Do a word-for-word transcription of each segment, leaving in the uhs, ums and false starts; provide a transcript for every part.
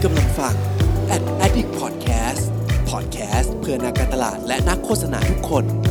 กำลังฟัง Ad Addict Podcast Podcast เพื่อนักการตลาดและนักโฆษณาทุกคน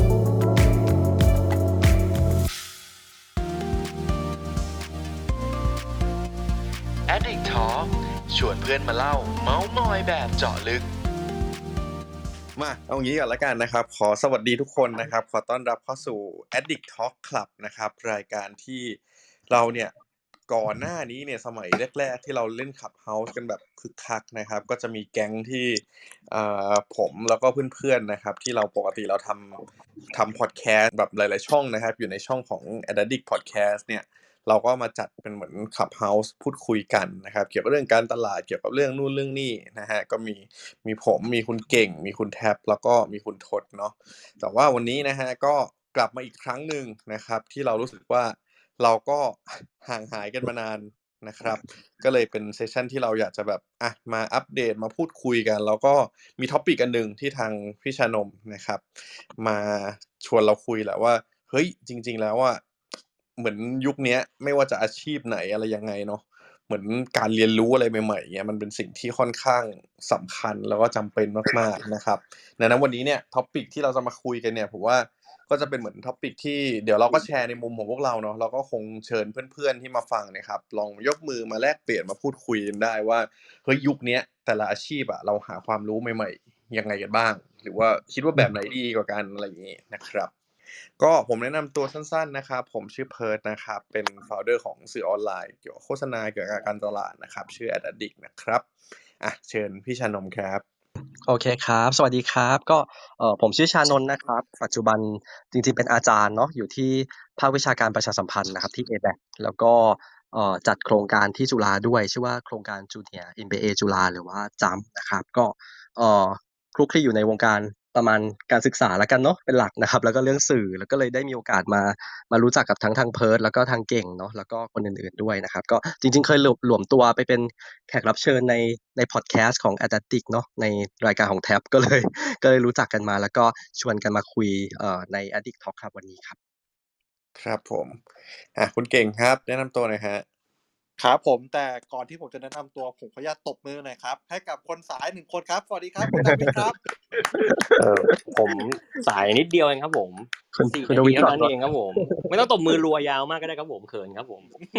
Addict Talk ชวนเพื่อนมาเล่าเม้าท์มอยแบบเจาะลึกมาเอางี้ก่อนละกันนะครับขอสวัสดีทุกคนนะครับขอต้อนรับเข้าสู่ Addict Talk Club นะครับรายการที่เราเนี่ยก่อนหน้านี้เนี่ยสมัยแรกๆที่เราเล่น Clubhouse กันแบบคึกคักนะครับก็จะมีแก๊งที่อ่าผมแล้วก็เพื่อนๆนะครับที่เราปกติเราทำทำพอดแคสต์แบบหลายๆช่องนะครับอยู่ในช่องของ Addict Podcast เนี่ยเราก็มาจัดเป็นเหมือน Clubhouse พูดคุยกันนะครับเกี่ยวกับเรื่องการตลาดเกี่ยวกับเรื่องนู่นเรื่องนี่นะฮะก็มีมีผมมีคุณเก่งมีคุณแท็บแล้วก็มีคุณทศเนาะแต่ว่าวันนี้นะฮะก็กลับมาอีกครั้งหนึ่งนะครับที่เรารู้สึกว่าเราก็ห่างหายกันมานานนะครับก็เลยเป็นเซสชั่นที่เราอยากจะแบบอ่ะมาอัปเดตมาพูดคุยกันแล้วก็มีท็อปิกอันหนึ่งที่ทางพี่ชานมนะครับมาชวนเราคุยแหละว่าเฮ้ยจริงๆแล้วอ่ะเหมือนยุคนี้ไม่ว่าจะอาชีพไหนอะไรยังไงเนาะเหมือนการเรียนรู้อะไรใหม่ๆเงี้ยมันเป็นสิ่งที่ค่อนข้างสำคัญแล้วก็จำเป็นมากๆนะครับดังนั้นวันนี้เนี่ยท็อปิกที่เราจะมาคุยกันเนี่ยผมว่าก็จะเป็นเหมือนท็อปิกที่เดี๋ยวเราก็แชร์ในมุมของพวกเราเนาะเราก็คงเชิญเพื่อนๆที่มาฟังนะครับลองยกมือมาแลกเปลี่ยนมาพูดคุยกันได้ว่าเฮ้ยยุคนี้แต่ละอาชีพอะเราหาความรู้ใหม่ๆยังไงกันบ้างหรือว่าคิดว่าแบบไหนดีกว่ากันอะไรอย่างงี้นะครับก็ผมแนะนำตัวสั้นๆนะครับผมชื่อเพิร์ทนะครับเป็น founder ของสื่อออนไลน์เกี่ยวกับโฆษณาเกี่ยวกับการตลาดนะครับชื่อ Ad Addict นะครับอ่ะเชิญพี่ชานมครับโอเคครับสวัสดีครับก็เอ่อผมชื่อชานนท์นะครับปัจจุบันจริงๆเป็นอาจารย์เนาะอยู่ที่ภาควิชาการประชาสัมพันธ์นะครับที่ เอ แบค แล้วก็เอ่อจัดโครงการที่จุฬาด้วยชื่อว่าโครงการ Junior เอ็ม บี เอ จุฬาหรือว่า จัมป์ นะครับก็เอ่อคลุกคลีอยู่ในวงการประมาณการศึกษาแล้วกันเนาะเป็นหลักนะครับแล้วก็เรื่องสื่อแล้วก็เลยได้มีโอกาสมามารู้จักกับทั้งทางเพิร์ทแล้วก็ทางเก่งเนาะแล้วก็คนอื่นๆด้วยนะครับก็จริงๆเคยหลวมหลวมตัวไปเป็นแขกรับเชิญในในพอดแคสต์ของ Ad Addict เนาะในรายการของแท็บก็เลยก็เลยรู้จักกันมาแล้วก็ชวนกันมาคุยเอ่อใน Addict Talk ครับวันนี้ครับครับผมอ่ะคุณเก่งครับแนะนำตัวหน่อยฮะครับผมแต่ก่อนที่ผมจะแนะนำตัวผมขออนุญาตตบมือหน่อยครับให้กับคนสายหนึ่งคนครับสวัสดีครับคุณดาวิดครับเออผมสายนิดเดียวเองครับผมคุณสี่คุณนาดทีวิดเท่าก่อนนั้นก่อนเองครับผมไม่ต้องตบมือรัวยาวมากก็ได้ครับผมเขินครับผม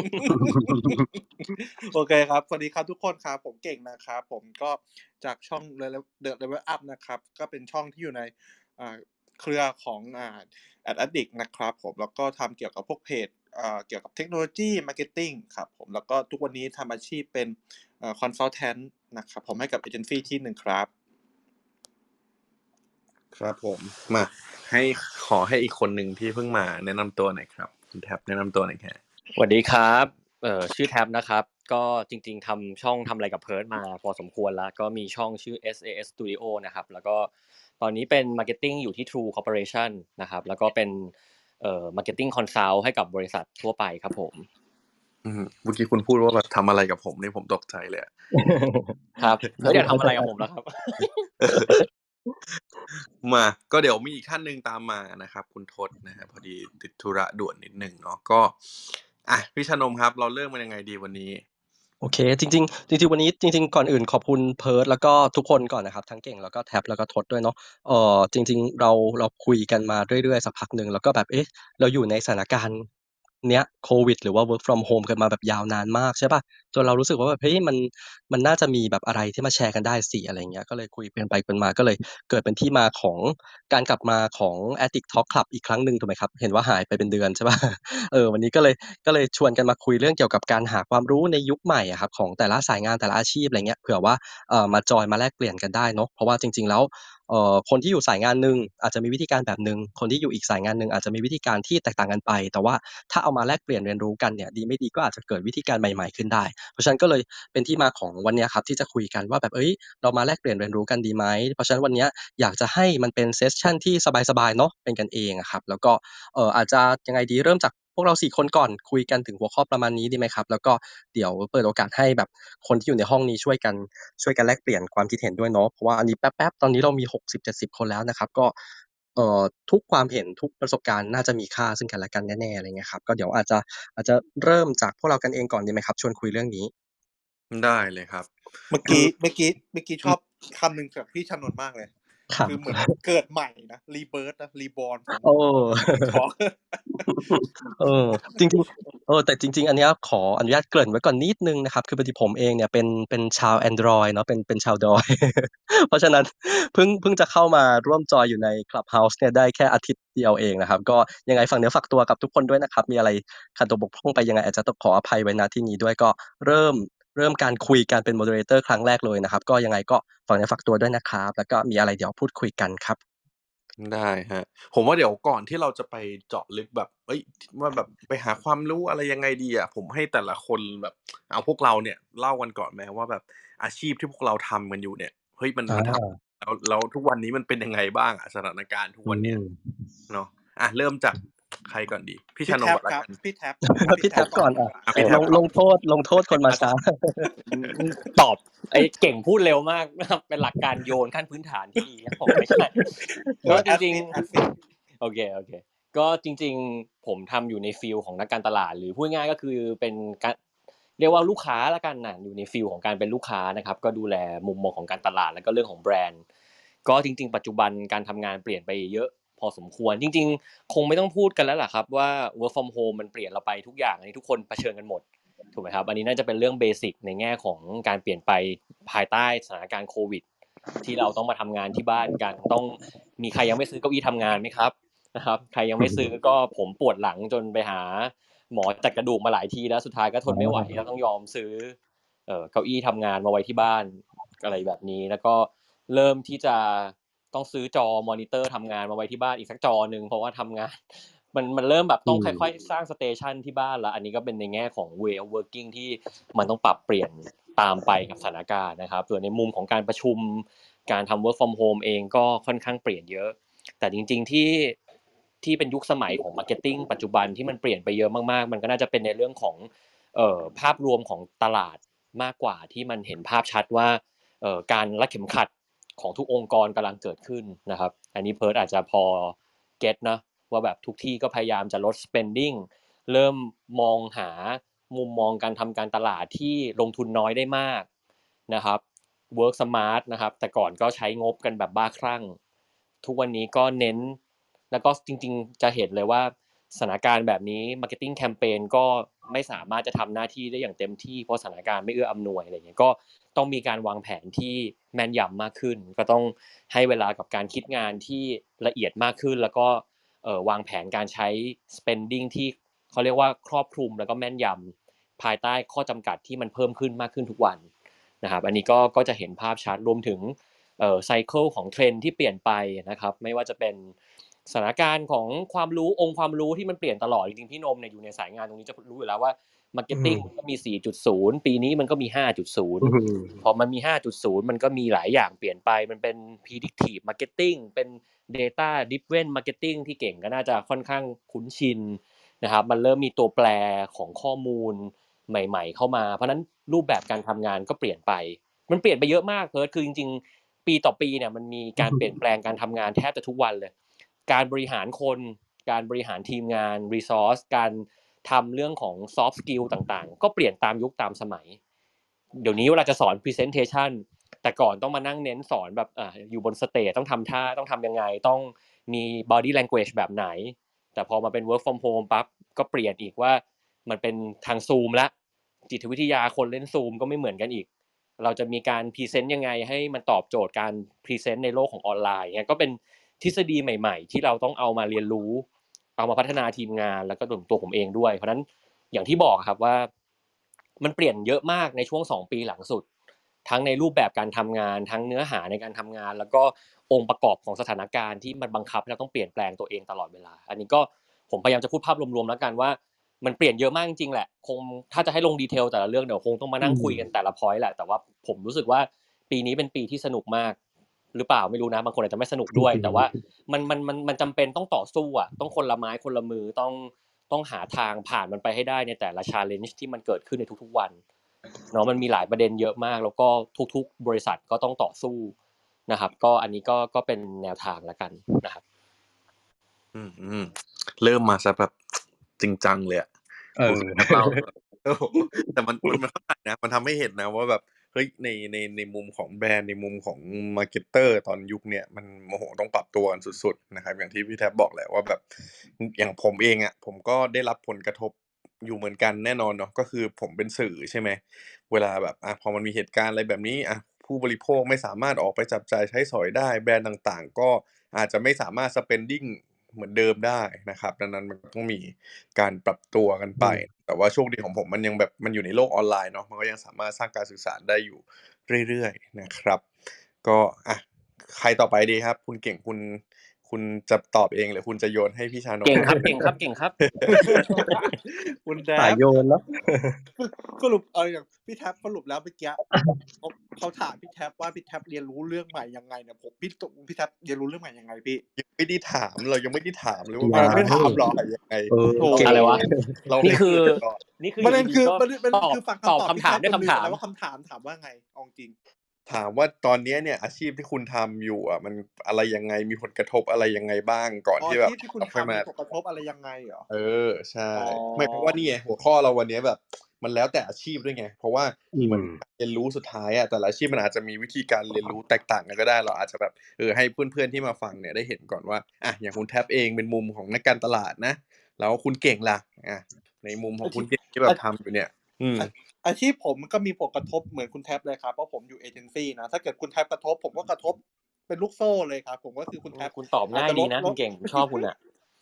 โอเคครับสวัสดีครับทุกคนครับผมเก่งนะครับผมก็จากช่อง The Level Up นะครับก็เป็นช่องที่อยู่ในอ่าเครือของอ่า Ad Addict นะครับผมแล้วก็ทำเกี่ยวกับพวกเพจอ่าเกี่ยวกับเทคโนโลยีมาร์เก็ตติ้งครับผมแล้วก็ทุกวันนี้ทำอาชีพเป็นเอ่อ consultant นะครับผมให้กับเอเจนซี่ที่หนึ่งครับครับผมมาให้ขอให้อีกคนหนึ่งที่เพิ่งมาแนะนำตัวหน่อยครับคุณแท็บแนะนำตัวหน่อยครับสวัสดีครับเอ่อชื่อแท็บนะครับก็จริงๆทำช่องทำอะไรกับเพิร์ทมาพอสมควรแล้วก็มีช่องชื่อ เอส เอ เอส Studio นะครับแล้วก็ตอนนี้เป็น Marketing อยู่ที่ True Corporation นะครับแล้วก็เป็นเอ่อ Marketing Consult ให้กับบริษัททั่วไปครับผมอืมเมื่อกี้คุณพูดว่าแบบทำอะไรกับผมนี่ผมตกใจเลยอะครับแล้วอยากทำอะไรกับผมล่ะครับมาก็เดี๋ยวมีอีกท่านหนึ่งตามมานะครับคุณทศนะฮะพอดีติดธุระด่วนนิดหนึ่งเนาะก็อ่ะพี่ชนมครับเราเริ่มมันยังไงดีวันนี้โอเคจริงๆจริงๆวันนี้จริงๆก่อนอื่นขอบคุณเพิร์ทแล้วก็ทุกคนก่อนนะครับทั้งเก่งแล้วก็แท็บแล้วก็ทศด้วยเนาะเอ่อจริงๆเราเราคุยกันมาเรื่อยๆสักพักหนึ่งแล้วก็แบบเอ๊ะเราอยู่ในสถานการณ์เนี้ยโควิดหรือว่า work from home กันมาแบบยาวนานมากใช่เปล่าจนเรารู้สึกว่าแบบเฮ้ยมันมันน่าจะมีแบบอะไรที่มาแชร์กันได้สิอะไรอย่างเงี้ยก็เลยคุยกันไปกันมาก็เลยเกิดเป็นที่มาของการกลับมาของ Addict Talk Club อีกครั้งหนึ่งถูกไหมครับเห็นว่าหายไปเป็นเดือนใช่เปล่า เออวันนี้ก็เลยก็เลยชวนกันมาคุยเรื่องเกี่ยวกับการหาความรู้ในยุคใหม่อะครับของแต่ละสายงานแต่ละอาชีพอะไรเงี้ยเผื่อว่าเอ่อมาจอยมาแลกเปลี่ยนกันได้เนาะเพราะว่าจริงๆแล้วเอ่อคนที่อยู่สายงานหนึ่งอาจจะมีวิธีการแบบหนึ่งคนที่อยู่อีกสายงานหนึ่งอาจจะมีวิธีการที่แตกต่างกันไปแต่ว่าถ้าเอามาแลกเปลี่ยนเรียนรู้กันเนี่ยดีไม่ดีก็อาจจะเกิดวิธีการใหม่ๆขึ้นได้เพราะฉะนั้นก็เลยเป็นที่มาของวันเนี้ยครับที่จะคุยกันว่าแบบเฮ้ยเรามาแลกเปลี่ยนเรียนรู้กันดีไหมเพราะฉะนั้นวันเนี้ยอยากจะให้มันเป็นเซสชันที่สบายๆเนาะเป็นกันเองอะครับแล้วก็ เอ่ออาจจะยังไงดีเริ่มจากพวกเราสี่คนก่อนคุยกันถึงหัวข้อประมาณนี้ดีไหมครับแล้วก็เดี๋ยวเปิดโอกาสให้แบบคนที่อยู่ในห้องนี้ช่วยกันช่วยกันแลกเปลี่ยนความคิดเห็นด้วยเนาะเพราะว่าอันนี้แป๊บๆตอนนี้เรามีหกสิบเจ็ดสิบคนแล้วนะครับก็เอ่อทุกความเห็นทุกประสบการณ์น่าจะมีค่าซึ่งกันและกันแน่ๆอะไรเงี้ยครับก็เดี๋ยวอาจจะอาจจะเริ่มจากพวกเรากันเองก่อนดีไหมครับชวนคุยเรื่องนี้ได้เลยครับเมื่อคืกี้อเมื่อกี้ เมื่อกี้ชอือมบคำหนึ่งจากพี่ชานนท์มากเลยครัคืบอเหมือนเกิดใหม่นะ rebirth นะ reborn ของโอ้ Addict Talk เออ จริง ๆ เออ แต่จริง ๆ อันเนี้ยขออนุญาตเกริ่นไว้ก่อนนิดหนึ่งนะครับ คือพอดีผมเองเนี่ยเป็น เป็นชาวแอนดรอยด์เนาะ เป็น เป็นชาวดอย เพราะฉะนั้นเพิ่ง เพิ่งจะเข้ามาร่วมจอยอยู่ใน Clubhouse เนี่ยได้แค่อาทิตย์เดียวเองนะครับ ก็ยังไงฝากเนื้อฝากตัวกับทุกคนด้วยนะครับ มีอะไรขาดตกบกพร่องไปยังไงอาจจะต้องขออภัยไว้ณที่นี้ด้วย ก็เริ่ม เริ่มการคุยกันเป็น Moderator ครั้งแรกเลยนะครับ ก็ยังไงก็ฝากเนื้อฝากตัวด้วยนะครับ แล้วก็มีอะไรเดี๋ยวพูดคุยกันครับได้ครับ ผมว่าเดี๋ยวก่อนที่เราจะไปเจาะลึกแบบ เฮ้ย ว่าแบบไปหาความรู้อะไรยังไงดีอะ ผมให้แต่ละคนแบบ เอาพวกเราเนี่ยเล่ากันก่อนไหมว่าแบบอาชีพที่พวกเราทำกันอยู่เนี่ย เฮ้ย มันอามันทำ แล้ว แล้วทุกวันนี้มันเป็นยังไงบ้างอะ สถานการณ์ทุกอืวันเนี้ยมเนาะ อะ เริ่มจาก ใครก่อนดี พี่พีชา่นนท์ก่อน Tab แล้วครักบันพี่ Tab อ่า พี่ Tab ก่อน อ่าอะ พี่ล Tab งก่ลอนงโทษ ลงโทษคนมาช้าอืม ตอบ ไอ้เก่งพูดเร็วมาก นะครับ เป็นหลักการโยนขั้นพื้นฐานที่ดีครับผม ไม่ใช่เอก็อจริง Acid Acid ๆ โอเค ๆ ก็จริง ๆ ผมทำอยู่ในฟีลของนักการตลาด หรือพูดง่ายๆ ก็คือเป็นการ เรียกว่าลูกค้าแล้วกันน่ะ อยู่ในฟีลของการเป็นลูกค้านะครับ ก็ดูแลมุมมองของการตลาด แล้วก็เรื่องของแบรนด์ ก็จริง ๆ ปัจจุบันการทำงานเปลี่ยนไปเยอะพอสมควร จริง ๆ คงไม่ต้องพูดกันแล้วล่ะครับว่า work from home มันเปลี่ยนเราไปทุกอย่าง อันนี้ทุกคนเผชิญกันหมด ถูกไหมครับ อันนี้น่าจะเป็นเรื่องเบสิกในแง่ของการเปลี่ยนไปภายใต้สถานการณ์โควิด ที่เราต้องมาทำงานที่บ้านกัน ต้อง มีใครยังไม่ซื้อเก้าอี้ทำงานไหมครับ? นะครับ ใครยังไม่ซื้อก็ผมปวดหลังจนไปหาหมอจัดกระดูกมาหลายทีแล้ว สุดท้ายก็ทนไม่ไหว ก็ต้องยอมซื้อ เอ่อ เก้าอี้ทำงานมาไว้ที่บ้าน อะไรแบบนี้ แล้วก็เริ่มที่จะต้องซื้อจอมอนิเตอร์ทำงานมาไว้ที่บ้านอีกสักจอหนึ่ง เพราะว่าทำ งาน มัน มันเริ่มแบบอืต้องค่อมย ๆ สร้าง station ที่บ้านแล้ว อันนี้ก็เป็นในแง่ของ way of working ที่มันต้องปรับเปลี่ยนตามไปกับสถานการณ์นะครับ ส่วนในมุมของการประชุม การทำ work from home เองก็ค่อนข้างเปลี่ยนเยอะ แต่จริง ๆ ที่ ที่เป็นยุคสมัยของ marketing ปัจจุบันที่มันเปลี่ยนไปเยอะมาก ๆ มันก็น่าจะเป็นในเรื่องของ เอ่อ ภาพรวมของตลาดมากกว่า ที่มันเห็นภาพชัดว่า เอ่อ การรัดเข็มขัดของทุกองค์กรกำลังเกิดขึ้นนะครับ อันนี้เพิร์ทอาจจะพอเก็ตเนาะ ว่าแบบทุกที่ก็พยายามจะลด spending เริ่มมองหามุมมองการทำการตลาดที่ลงทุนน้อยได้มากนะครับ work smart นะครับ แต่ก่อนก็ใช้งบกันแบบบ้าคลั่ง ทุกวันนี้ก็เน้น แล้วก็จริง ๆ จะเห็นเลยว่าสถานการณ์แบบนี้ marketing campaign ก็ไม่สามารถจะทำหน้าที่ได้อย่างเต็มที่ เพราะสถานการณ์ไม่เอื้ออำนวย อะไรอย่างเงี้ย ก็ต้องมีการวางแผนที่แม่นยำมากขึ้น ก็ต้องให้เวลากับการคิดงานที่ละเอียดมากขึ้น แล้วก็ เอ่อ วางแผนการใช้ spending ที่เขาเรียกว่าครอบคลุมแล้วก็แม่นยำ ภายใต้ข้อจำกัดที่มันเพิ่มขึ้นมากขึ้นทุกวันนะครับ อันนี้ก็ ก็จะเห็นภาพชัด รวมถึง เอ่อ ไซเกิลของ trend ที่เปลี่ยนไปนะครับ ไม่ว่าจะเป็นสถานการณ์ของความรู้ องค์ความรู้ที่มันเปลี่ยนตลอด จริง ๆ พี่นมเนี่ยอยู่ในสายงานตรงนี้จะรู้อยู่แล้วว่าอื marketing มก็มี สี่จุดศูนย์ ปีนี้มันก็มี ห้าจุดศูนย์อื้อฮือพอมันมี ห้าจุดศูนย์ มันก็มีหลายอย่างเปลี่ยนไป มันเป็น predictive marketing เป็น data driven marketing ที่เก่งก็น่าจะค่อนข้างคุ้นชินนะครับ มันเริ่มมีตัวแปรของข้อมูลใหม่ ๆ เข้ามา เพราะฉะนั้นรูปแบบการทำงานก็เปลี่ยนไป มันเปลี่ยนไปเยอะมากเพิร์ท คือจริง ๆ ปีต่อปีเนี่ยมันมีการเปลี่ยนแปลงการทำงานแทบจะทุกวันเลย การบริหารคน การบริหารทีมงาน resource การทำเรื่องของ soft skill ต่าง ๆ ก็เปลี่ยนตามยุคตามสมัย เดี๋ยวนี้เวลาจะสอน presentation แต่ก่อนต้องมานั่งเน้นสอนแบบ อ่า อยู่บนสเตจต้องทำท่า ต้องทำยังไง ต้องมี body language แบบไหน แต่พอมาเป็น work from home ปั๊บ ก็เปลี่ยนอีกว่ามันเป็นทาง Zoom แล้ว จิตวิทยาคนเล่น Zoom ก็ไม่เหมือนกันอีก เราจะมีการพรีเซนต์ยังไงให้มันตอบโจทย์การพรีเซนต์ในโลกของออนไลน์ เงี้ย ก็เป็นทฤษฎีใหม่ ๆ ที่เราต้องเอามาเรียนรู้ เอามาพัฒนาทีมงาน แล้วก็รวมตัวผมเองด้วย เพราะฉะนั้นอย่างที่บอกอะครับว่า มันเปลี่ยนเยอะมากในช่วง สอง ปีหลังสุด ทั้งในรูปแบบการทำงาน ทั้งเนื้อหาในการทำงาน แล้วก็องค์ประกอบของสถานการณ์ที่มันบังคับให้เราต้องเปลี่ยนแปลงตัวเองตลอดเวลา อันนี้ก็ผมพยายามจะพูดภาพรวม ๆ แล้วกันว่า มันเปลี่ยนเยอะมากจริง ๆ แหละ คง ถ้าจะให้ลง detail แต่ละเรื่องเดี๋ยวคงต้องมาอืนั่งคุยกันมแต่ละ พ็อยนต์ แหละ แต่ว่าผมรู้สึกว่าปีนี้เป็นปีที่สนุกมาก หรือเปล่าไม่รู้นะ บางคนอาจจะไม่สนุกด้วย แต่ว่ามัน มัน มัน มันจำเป็นต้องต่อสู้อะ ต้องคนละไม้คนละมือ ต้อง ต้องหาทางผ่านมันไปให้ได้ในแต่ละ challenge ที่มันเกิดขึ้นในทุก ๆ วัน เนาะ มันมีหลายประเด็นเยอะมาก แล้วก็ทุก ๆ บริษัทก็ต้องต่อสู้นะครับ ก็อันนี้ก็ ก็เป็นแนวทางแล้วกันนะครับอืม ๆ เริ่มมาซะแบบ จริงจังเลยอะเออเล่าโอ้โฮแต่มันมันมันเข้าใจนะมันทำให้เห็นนะว่าแบบเฮ้ยในในในมุมของแบรนด์ในมุมของ marketer ตอนยุคเนี้ยมันโอ้โฮต้องปรับตัวกันสุดๆนะครับอย่างที่พี่แท็บบอกแหละว่าแบบออย่างผมเองอะผมก็ได้รับผลกระทบอยู่เหมือนกันแน่นอนเนาะก็คือผมเป็นสื่อใช่ไหมเวลาแบบอะพอมันมีเหตุการณ์อะไรแบบนี้อะผู้บริโภคไม่สามารถออกไปจับจ่ายใช้สอยได้แบรนด์ต่างๆก็อาจจะไม่สามารถ spending เหมือนเดิมได้นะครับดังนั้นมันก็ต้องมีการปรับตัวกันไปอืมแต่ว่าโชคดีของผมมันยังแบบมันอยู่ในโลกออนไลน์เนาะมันก็ยังสามารถสร้างการสื่อสารได้อยู่เรื่อยๆนะครับก็อะใครต่อไปดีครับคุณเก่งคุณคุณจะตอบเองหรือคุณจะโยนให้พี่ชานนเก่งท์ครับเก่งครับเก่งครับคุณแดสายบโยนเนาะสรุปเอาอย่างพี่แท็บสรุปแล้วเมื่อกี้เขาเขาถามพี่แท็บว่าพี่แท็บเรียนรู้เรื่องใหม่ยังไงเนี่ยผมพี่ตกพี่แท็บเรียนรู้เรื่องใหม่ยังไงพี่ยังไม่ได้ถามเรายังไม่ได้ถามเลยว่าเอายังไม่ถามเหรอยังไงเออโถเก่งอะไรวะเรานี่คือให้เกียรติก่อนนี่คือประเด็นยู่คือดีๆก็ประเด็นประเด็นตอบคือฟังตอบคำตอบคำพี่ถาแท็มบด้วยมันลืคำมถาไปมแล้วว่าคำถามถามว่าไงเอาจริงถามว่าตอนเนี้ยเนี่ยอาชีพที่คุณทำอยู่อะมันอะไรยังไงมีผลกระทบอะไรยังไงบ้างก่อนอ๋อที่อาแบชีบพที่คุณเราค่อยทำมามีผลกระทบอะไรยังไงเหรอ? เออใช่อ๋อไม่เพราะว่านี่ไงหัวข้อเราวันเนี้ยแบบ มันแล้วแต่อาชีพด้วยไง เพราะว่าอืเหมือนมเรียนรู้สุดท้ายอะแต่ละอาชีพมันอาจจะมีวิธีการเรียนรู้แตกต่างกันก็ได้ เราอาจจะแบบ เออ ให้เพื่อนๆที่มาฟังเนี่ยได้เห็นก่อนว่า อะ อย่างคุณแท็บเองเป็นมุมของนักการตลาดนะ แล้วคุณเก่งล่ะ อะ ในมุมขออางคุชีณเก่งที่แบอาบทำอยู่เนี่ย อืมอา อาชีพผมมันก็มีผลกระทบเหมือนคุณแท็บเลยครับ เพราะผมอยู่เอเจนซีนะ ถ้าเกิดคุณแท็บกระทบผมก็กระทบเป็นลูกโซ่เลยครับ ผมก็คือคุณอืแท็มบคุณตอบอาจง่ายจะดลีนะดคุลณเก่ง ผมชอบคุณอะ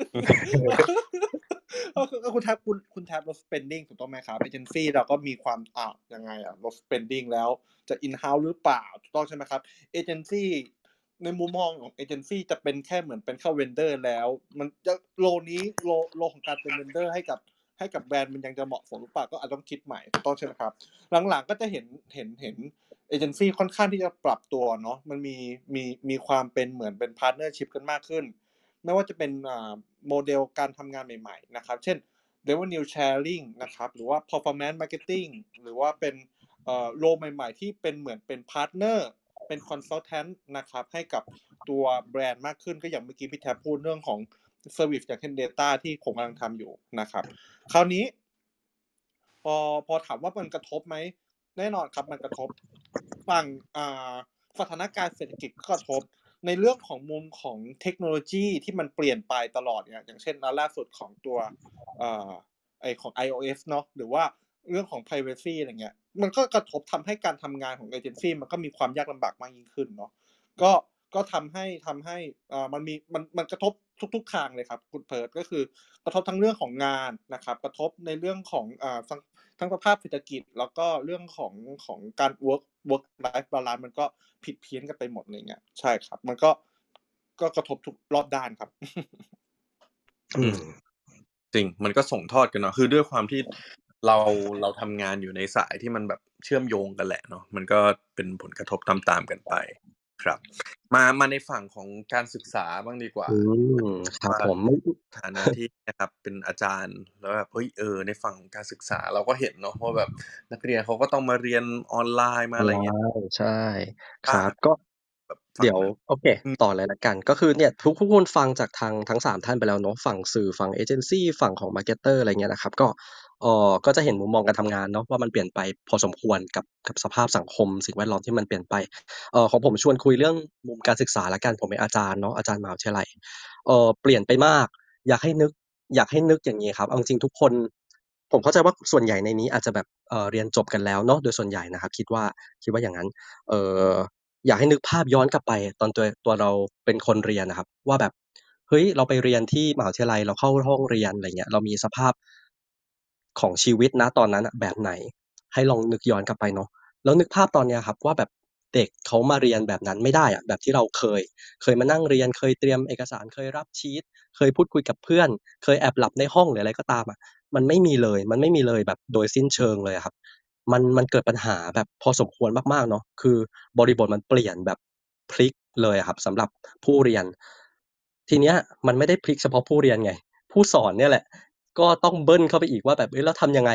ก็คือ ก็คุณแท็บ คุณ คุณแท็บลด spending ถูกต้องไหมครับ? เอเจนซีเราก็มีความ อ้าว ยังไงอะลด spending แล้วจะ in-house หรือเปล่า ถูกต้องใช่ไหมครับ? เอเจนซี ในมุมมองของเอเจนซีจะเป็นแค่เหมือนเป็นแค่ vendor แล้ว มันจะ โรลนี้ โรล โรลของการเป็น vendor ให้กับ ให้กับแบรนด์มันยังจะเหมาะสมหรือเปล่า ก็อาจต้องคิดใหม่ ถูกต้องใช่ไหมครับ? หลัง ๆ ก็จะเห็น เห็น เห็นเอเจนซีค่อนข้างที่จะปรับตัวเนาะ มันมี มี มีความเป็นเหมือนเป็น partnership กันมากขึ้น ไม่ว่าจะเป็น อ่า โมเดลการทำงานใหม่ ๆ นะครับ เช่น revenue sharing นะครับ หรือว่า performance marketing หรือว่าเป็น เอ่อ โรลใหม่ ๆ ที่เป็นเหมือนเป็น พาร์ตเนอร์ เป็น consultant นะครับ ให้กับตัวแบรนด์มากขึ้น ก็อย่างเมื่อกี้พี่แท็บพูดเรื่องของเซอร์วิซอย่างเช่น Data ที่ผมกำลังทำอยู่นะครับ คราวนี้ พอ พอถามว่ามันกระทบไหม? แน่นอนครับมันกระทบ ฝั่ง อ่า สถานการณ์เศรษฐกิจก็กระทบ ในเรื่องของมุมของเทคโนโลยีที่มันเปลี่ยนไปตลอดเนี่ย อย่างเช่น อันล่าสุดของตัว อ่า ไอ้ของ iOS เนาะ หรือว่าเรื่องของ privacy อะไรเงี้ย มันก็กระทบทำให้การทำงานของเอเจนซีมันก็มีความยากลำบากมากยิ่งขึ้นเนาะ ก็ ก็ทำให้ ทำให้ อ่า มันมี มัน มันกระทบทุก ๆ ทางเลยครับคุณเพิร์ท ก็คือกระทบทั้งเรื่องของงานนะครับ กระทบในเรื่องของ อ่า ทั้ง ทั้งสภาพเศรษฐกิจ แล้วก็เรื่องของ ของการ work work life balance มันก็ผิดเพี้ยนกันไปหมด อะไรเงี้ย ใช่ครับ มันก็ ก็กระทบทุกรอบด้านครับอืมจริง มันก็ส่งทอดกันเนาะ คือด้วยความที่เรา เราทำงานอยู่ในสายที่มันแบบเชื่อมโยงกันแหละเนาะ มันก็เป็นผลกระทบตาม ๆ กันไปครับ มา มาในฝั่งของการศึกษาบ้างดีกว่าอืม ครับว่าผม ไม่ฐานะที่นะครับเป็นอาจารย์ แล้วแบบ เฮ้ย เออ ในฝั่งของการศึกษาเราก็เห็นเนาะว่าแบบนักเรียนเขาก็ต้องมาเรียนออนไลน์ มาอะไรเงี้ยออนไลน์ ใช่อคารับ ก็แบบฝเดัี่๋ยวงนั้นโอเคอืมต่อเลยแล้วกัน ก็คือเนี่ยทุก ทุกคนฟังจากทางทั้ง สาม ท่านไปแล้วเนาะ ฝั่งสื่อ ฝั่งเอเจนซี ฝั่งของ marketer อะไรเงี้ยนะครับ ก็ เอ่อ ก็จะเห็นมุมมองการทำงานเนาะว่ามันเปลี่ยนไปพอสมควรกับ กับสภาพสังคม สิ่งแวดล้อมที่มันเปลี่ยนไป เอ่อ ของผมชวนคุยเรื่องมุมการศึกษาแล้วกัน ผมเป็นอาจารย์เนาะ อาจารย์มหาวิทยาลัย เอ่อ เปลี่ยนไปมาก อยากให้นึก อยากให้นึกอย่างงี้ครับ เอาจริง ๆ ทุกคน ผมเข้าใจว่าส่วนใหญ่ในนี้อาจจะแบบ เอ่อ เรียนจบกันแล้วเนาะ โดยส่วนใหญ่นะครับ คิดว่า คิดว่าอย่างงั้น เอ่อ อยากให้นึกภาพย้อนกลับไปตอนตัว ตัวเราเป็นคนเรียนอะครับว่าแบบ เฮ้ย เราไปเรียนที่มหาวิทยาลัย เราเข้าห้องเรียน ไรเงี้ย เรามีสภาพ ของชีวิต ณ ตอนนั้นน่ะแบบไหน ให้ลองนึกย้อนกลับไปเนาะ แล้วนึกภาพตอนเนี้ยครับว่าแบบเด็กเขามาเรียนแบบนั้นไม่ได้อะ แบบที่เราเคย เคยมานั่งเรียน เคยเตรียมเอกสาร เคยรับชีต เคยพูดคุยกับเพื่อน เคยแอบหลับในห้อง หรืออะไรก็ตามอะ มันไม่มีเลย มันไม่มีเลยแบบโดยสิ้นเชิงเลยอะครับ มัน มันเกิดปัญหาแบบพอสมควรมาก ๆ เนาะ คือบริบทมันเปลี่ยนแบบพลิกเลยอะครับสำหรับผู้เรียน ทีเนี้ยมันไม่ได้พลิกเฉพาะผู้เรียนไง ผู้สอนเนี่ยแหละก็ต้องเบิ้ลเข้าไปอีกว่าแบบ เฮ้ย แล้วทำยังไงล่ะ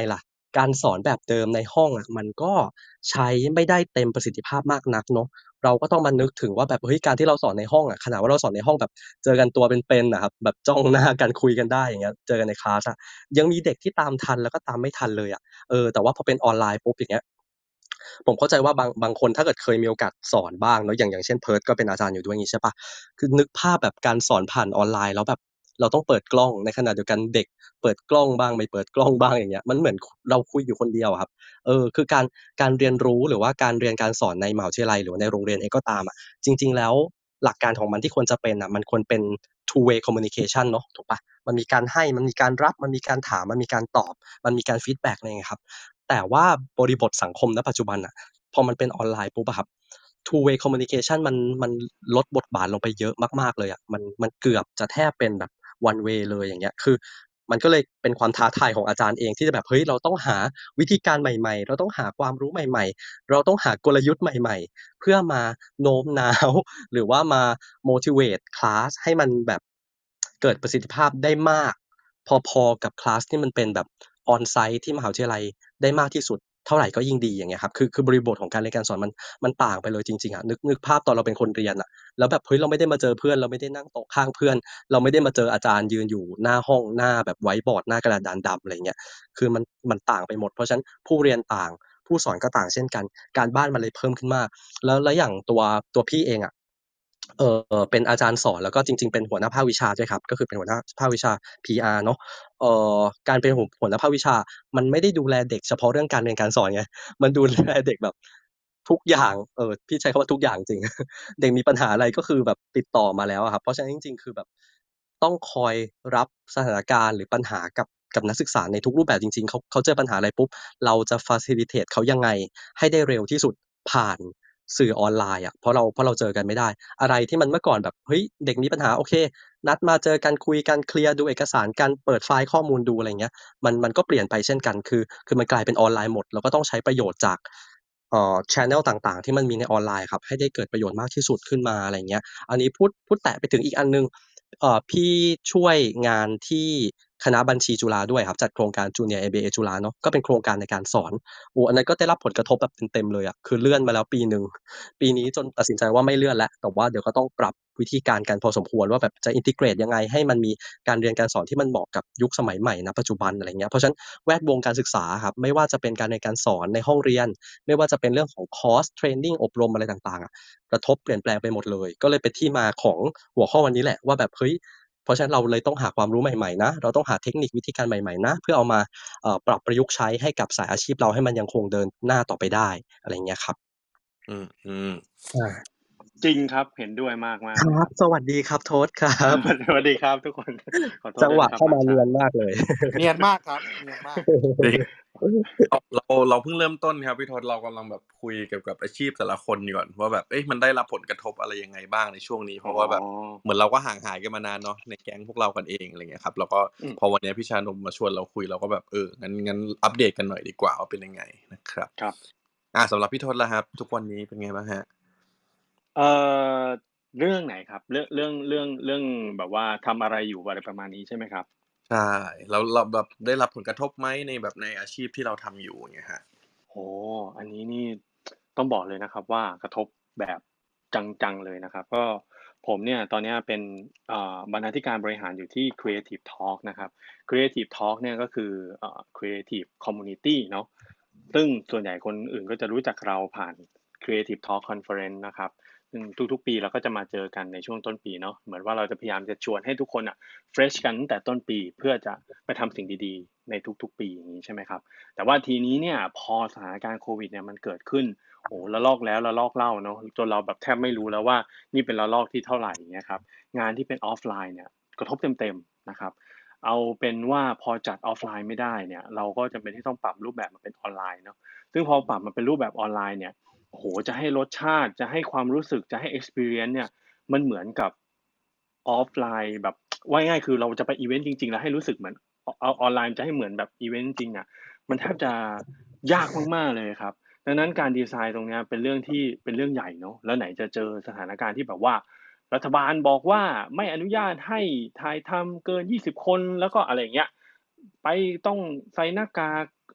การสอนแบบเดิมในห้องอะมันก็ใช้ไม่ได้เต็มประสิทธิภาพมากนักเนาะเราก็ต้องมานึกถึงว่าแบบเฮ้ยการที่เราสอนในห้องอะขนาดว่าเราสอนในห้องแบบเจอกันตัวเป็นๆอะครับแบบจ้องหน้ากันคุยกันได้อย่างเงี้ยเจอกันในคลาสอะยังมีเด็กที่ตามทันแล้วก็ตามไม่ทันเลยอะเออแต่ว่าพอเป็นออนไลน์ปุ๊บอย่างเงี้ยผมเข้าใจว่าบางบางคนถ้าเกิดเคยมีโอกาสสอนบ้างเนาะอย่างอย่างเช่นเพิร์ทก็เป็นอาจารย์อยู่ด้วยงี้ใช่เปล่าคือนึกภาพแบบการสอนผ่านออนไลน์แล้วแบบเราต้องเปิดกล้องในขณะเดียวกันเด็กเปิดกล้องบ้างไม่เปิดกล้องบ้างอย่างเงี้ยมันเหมือนคเราคุยอยู่คนเดียวอะครับเออคือการการเรียนรู้หรือว่าการเรียนการสอนในมหาวิทยาลัยหรือว่าในโรงเรียนเองก็ตามอะจริงๆแล้วหลักการของมันที่ควรจะเป็นน่ะมันควรเป็น two way communication เนาะถูกเปล่ามันมีการให้มันมีการรับมันมีการถามมันมีการตอบมันมีการฟีดแบ็กอะไรอย่างเงี้ยครับแต่ว่าบริบทสังคมณปัจจุบันน่ะ พอมันเป็นออนไลน์ปุ๊บอะครับ two way communication มันมันลดบทบาทลงไปเยอะมากๆเลยอะมันมันเกือบจะแทบเป็นแบบ one way เลยอย่างเงี้ยคือมันก็เลยเป็นความท้าทายของอาจารย์เองที่จะแบบเฮ้ยเราต้องหาวิธีการใหม่ๆเราต้องหาความรู้ใหม่ๆเราต้องหากลยุทธ์ใหม่ๆเพื่อมาโน้มน้าวหรือว่ามา motivate คลาสให้มันแบบเกิดประสิทธิภาพได้มากพอๆกับคลาสที่มันเป็นแบบ on-site ที่มหาวิทยาลัยได้มากที่สุด เท่าไรก็ยิ่งดีอย่างเงี้ยครับคือคือบริบทของการเรียนการสอนมันมันต่างไปเลยจริงๆอะนึกนึกภาพตอนเราเป็นคนเรียนอะแล้วแบบเฮ้ยเราไม่ได้มาเจอเพื่อนเราไม่ได้นั่งโต๊ะข้างเพื่อนเราไม่ได้มาเจออาจารย์ยืนอยู่หน้าห้องหน้าแบบไวต์บอร์ดหน้ากระดานดำอะไรอย่างเงี้ยคือมันมันต่างไปหมดเพราะฉะนั้นผู้เรียนต่างผู้สอนก็ต่างเช่นกันการบ้านมันเลยเพิ่มขึ้นมากแล้วแล้วอย่างตัวตัวพี่เองอะเอ่อเป็นอาจารย์สอนแล้วก็จริงๆเป็นหัวหน้าภาควิชาด้วยครับก็คือเป็นหัวหน้าภาควิชา พี อาร์ เนาะเอ่อการเป็นหัวหัวหน้าภาควิชามันไม่ได้ดูแลเด็กเฉพาะเรื่องการเรียนการสอนไง มันดูแลเด็กแบบทุกอย่างเออพี่ใช้คำว่าทุกอย่างจริงเด็กมีปัญหาอะไรก็คือแบบติดต่อมาแล้วอะครับเพราะฉะนั้นจริงๆคือแบบต้องคอยรับสถานการณ์หรือปัญหากับกับนักศึกษาในทุกรูปแบบจริงๆเขาเขาเจอปัญหาอะไรปุ๊บเราจะ facilitate เขายังไงให้ได้เร็วที่สุดผ่านสื่อออนไลน์อะเพราะเราเพราะเราเจอกันไม่ได้อะไรที่มันเมื่อก่อนแบบเฮ้ยเด็กมีปัญหาโอเคนัดมาเจอกันคุยกันเคลียร์ดูเอกสารกันเปิดไฟล์ข้อมูลดูอะไรอย่างเงี้ย มันมันก็เปลี่ยนไปเช่นกัน คือคือมันกลายเป็นออนไลน์หมดเราก็ต้องใช้ประโยชน์จากเอ่อแชนเนลต่างๆที่มันมีในออนไลน์ครับให้ได้เกิดประโยชน์มากที่สุดขึ้นมาอะไรอย่างเงี้ยอันนี้พูดพูดแตะไปถึงอีกอันหนึ่งเอ่อพี่ช่วยงานที่คณะบัญชีจุฬาด้วยครับจัดโครงการ Junior เอ บี เอ จุฬาเนาะก็เป็นโครงการในการสอนโอ้โฮอันนั้นก็ได้รับผลกระทบแบบเต็มๆเลยอะคือเลื่อนมาแล้วปีหนึ่งปีนี้จนตัดสินใจว่าไม่เลื่อนแล้วแต่ว่าเดี๋ยวก็ต้องปรับวิธีการกันพอสมควรว่าแบบจะ integrate ยังไงให้มันมีการเรียนการสอนที่มันเหมาะกับยุคสมัยใหม่ณปัจจุบันอะไรอย่างเงี้ยเพราะฉะนั้นแวดวงการศึกษาอะครับไม่ว่าจะเป็นการเรียนการสอนในห้องเรียนไม่ว่าจะเป็นเรื่องของคอร์สเทรนนิงอบรมอะไรต่างๆอะกระทบเปลี่ยนแปลงไปหมดเลยก็เลยเป็นที่มาของหัวข้อวันนี้แหละว่าแบบเฮ้ยเพราะฉะนั้นเราเลยต้องหาความรู้ใหม่ๆนะเราต้องหาเทคนิควิธีการใหม่ๆนะเพื่อเอามาเอ่อปรับประยุกต์ใช้ให้กับสายอาชีพเราให้มันยังคงเดินหน้าต่อไปได้อะไรอย่างเงี้ยครับอืมอืมอาจริงครับเห็นด้วยมากคๆเลยครับรับสวัสดีครับโทษครั บสวัสดีครับทุกคนขอโทษจังหวะด้วยนะครับเข้ามาเนียต่างชาตินมากเลยเนียนมากครับเนียนมากจริงเราเราเราเพิ่งเริ่มต้นครับพี่ทศเรากำลังแบบคุยเกี่ยวกับอาชีพแต่ละคนอยู่ก่อนว่าแบบเอ๊ะมันได้รับผลกระทบอะไรยังไงบ้างในช่วงนี้เพอ๋อราะว่าแบบเหมือนเราก็ห่างหายกันมานานเนาะในแก๊งพวกเรากันเองอะไรเงี้ยครับแล้วก็อืมพอวันนี้พี่ชานมมาชวนเราคุยเราก็แบบเอองั้นงั้นอัปเดตกันหน่อยดีกว่าว่าเป็นยังไงนะครับครับอ่าสำหรับพี่ทศล่ะครับ ทุกวันนี้เป็นไงบ้างฮะเอ่อเรื่องไหนครับเรื่องเรื่องเรื่องเรื่องแบบว่าทำอะไรอยู่อะไรประมาณนี้ใช่ไหมครับใช่แล้วเราแบบได้รับผลกระทบไหมในแบบในอาชีพที่เราทำอยู่อย่างเงี้ยฮะโอ้โฮอันนี้นี่ต้องบอกเลยนะครับว่ากระทบแบบจังๆเลยนะครับก็ผมเนี่ยตอนเนี้ยเป็นอ่าบรรณาธิการบริหารอยู่ที่ Creative Talk นะครับ Creative Talk เนี่ยก็คืออ่า Creative Community เนาะซึ่งส่วนใหญ่คนอื่นก็จะรู้จักเราผ่าน Creative Talk Conference นะครับซึ่งทุกๆปีเราก็จะมาเจอกันในช่วงต้นปีเนาะเหมือนว่าเราจะพยายามจะชวนให้ทุกคนน่ะเฟรชกันตั้งแต่ต้นปีเพื่อจะไปทำสิ่งดีๆในทุกๆปีอย่างงี้ใช่ไหมครับ แต่ว่าทีนี้เนี่ยพอสถานการณ์โควิดเนี่ยมันเกิดขึ้นโอ้โฮระลอกแล้วระลอกเล่าเนาะจนเราแบบแทบไม่รู้แล้วว่านี่เป็นระลอกที่เท่าไรอย่างเงี้ยครับงานที่เป็นออฟไลน์เนี่ยกระทบเต็มๆนะครับเอาเป็นว่าพอจัดออฟไลน์ไม่ได้เนี่ยเราก็จำเป็นที่ต้องปรับรูปแบบมาเป็นออนไลน์เนาะซึ่งพอปรับมาเป็นรูปแบบออนไลน์เนี่ยโอ้โฮจะให้รสชาติจะให้ความรู้สึกจะให้ experience เนี่ยมันเหมือนกับออฟไลน์แบบว่าง่ายๆคือเราจะไปอิเวนต์จริงๆแล้วให้รู้สึกเหมือนอเอาออนไลน์จะให้เหมือนแบบอิเวนต์จริงอะ มันแทบจะยากมากๆเลยครับดังนั้นการดีไซน์ตรงเนี้ยเป็นเรื่องที่เป็นเรื่องใหญ่เนาะแล้วไหนจะเจอสถานการณ์ที่แบบว่ารัฐบาลบอกว่าไม่อนุญาตให้ถ่ายทำเกินยี่สิบคนแล้วก็อะไรอย่างเงี้ยไปต้องใส่หน้ากาก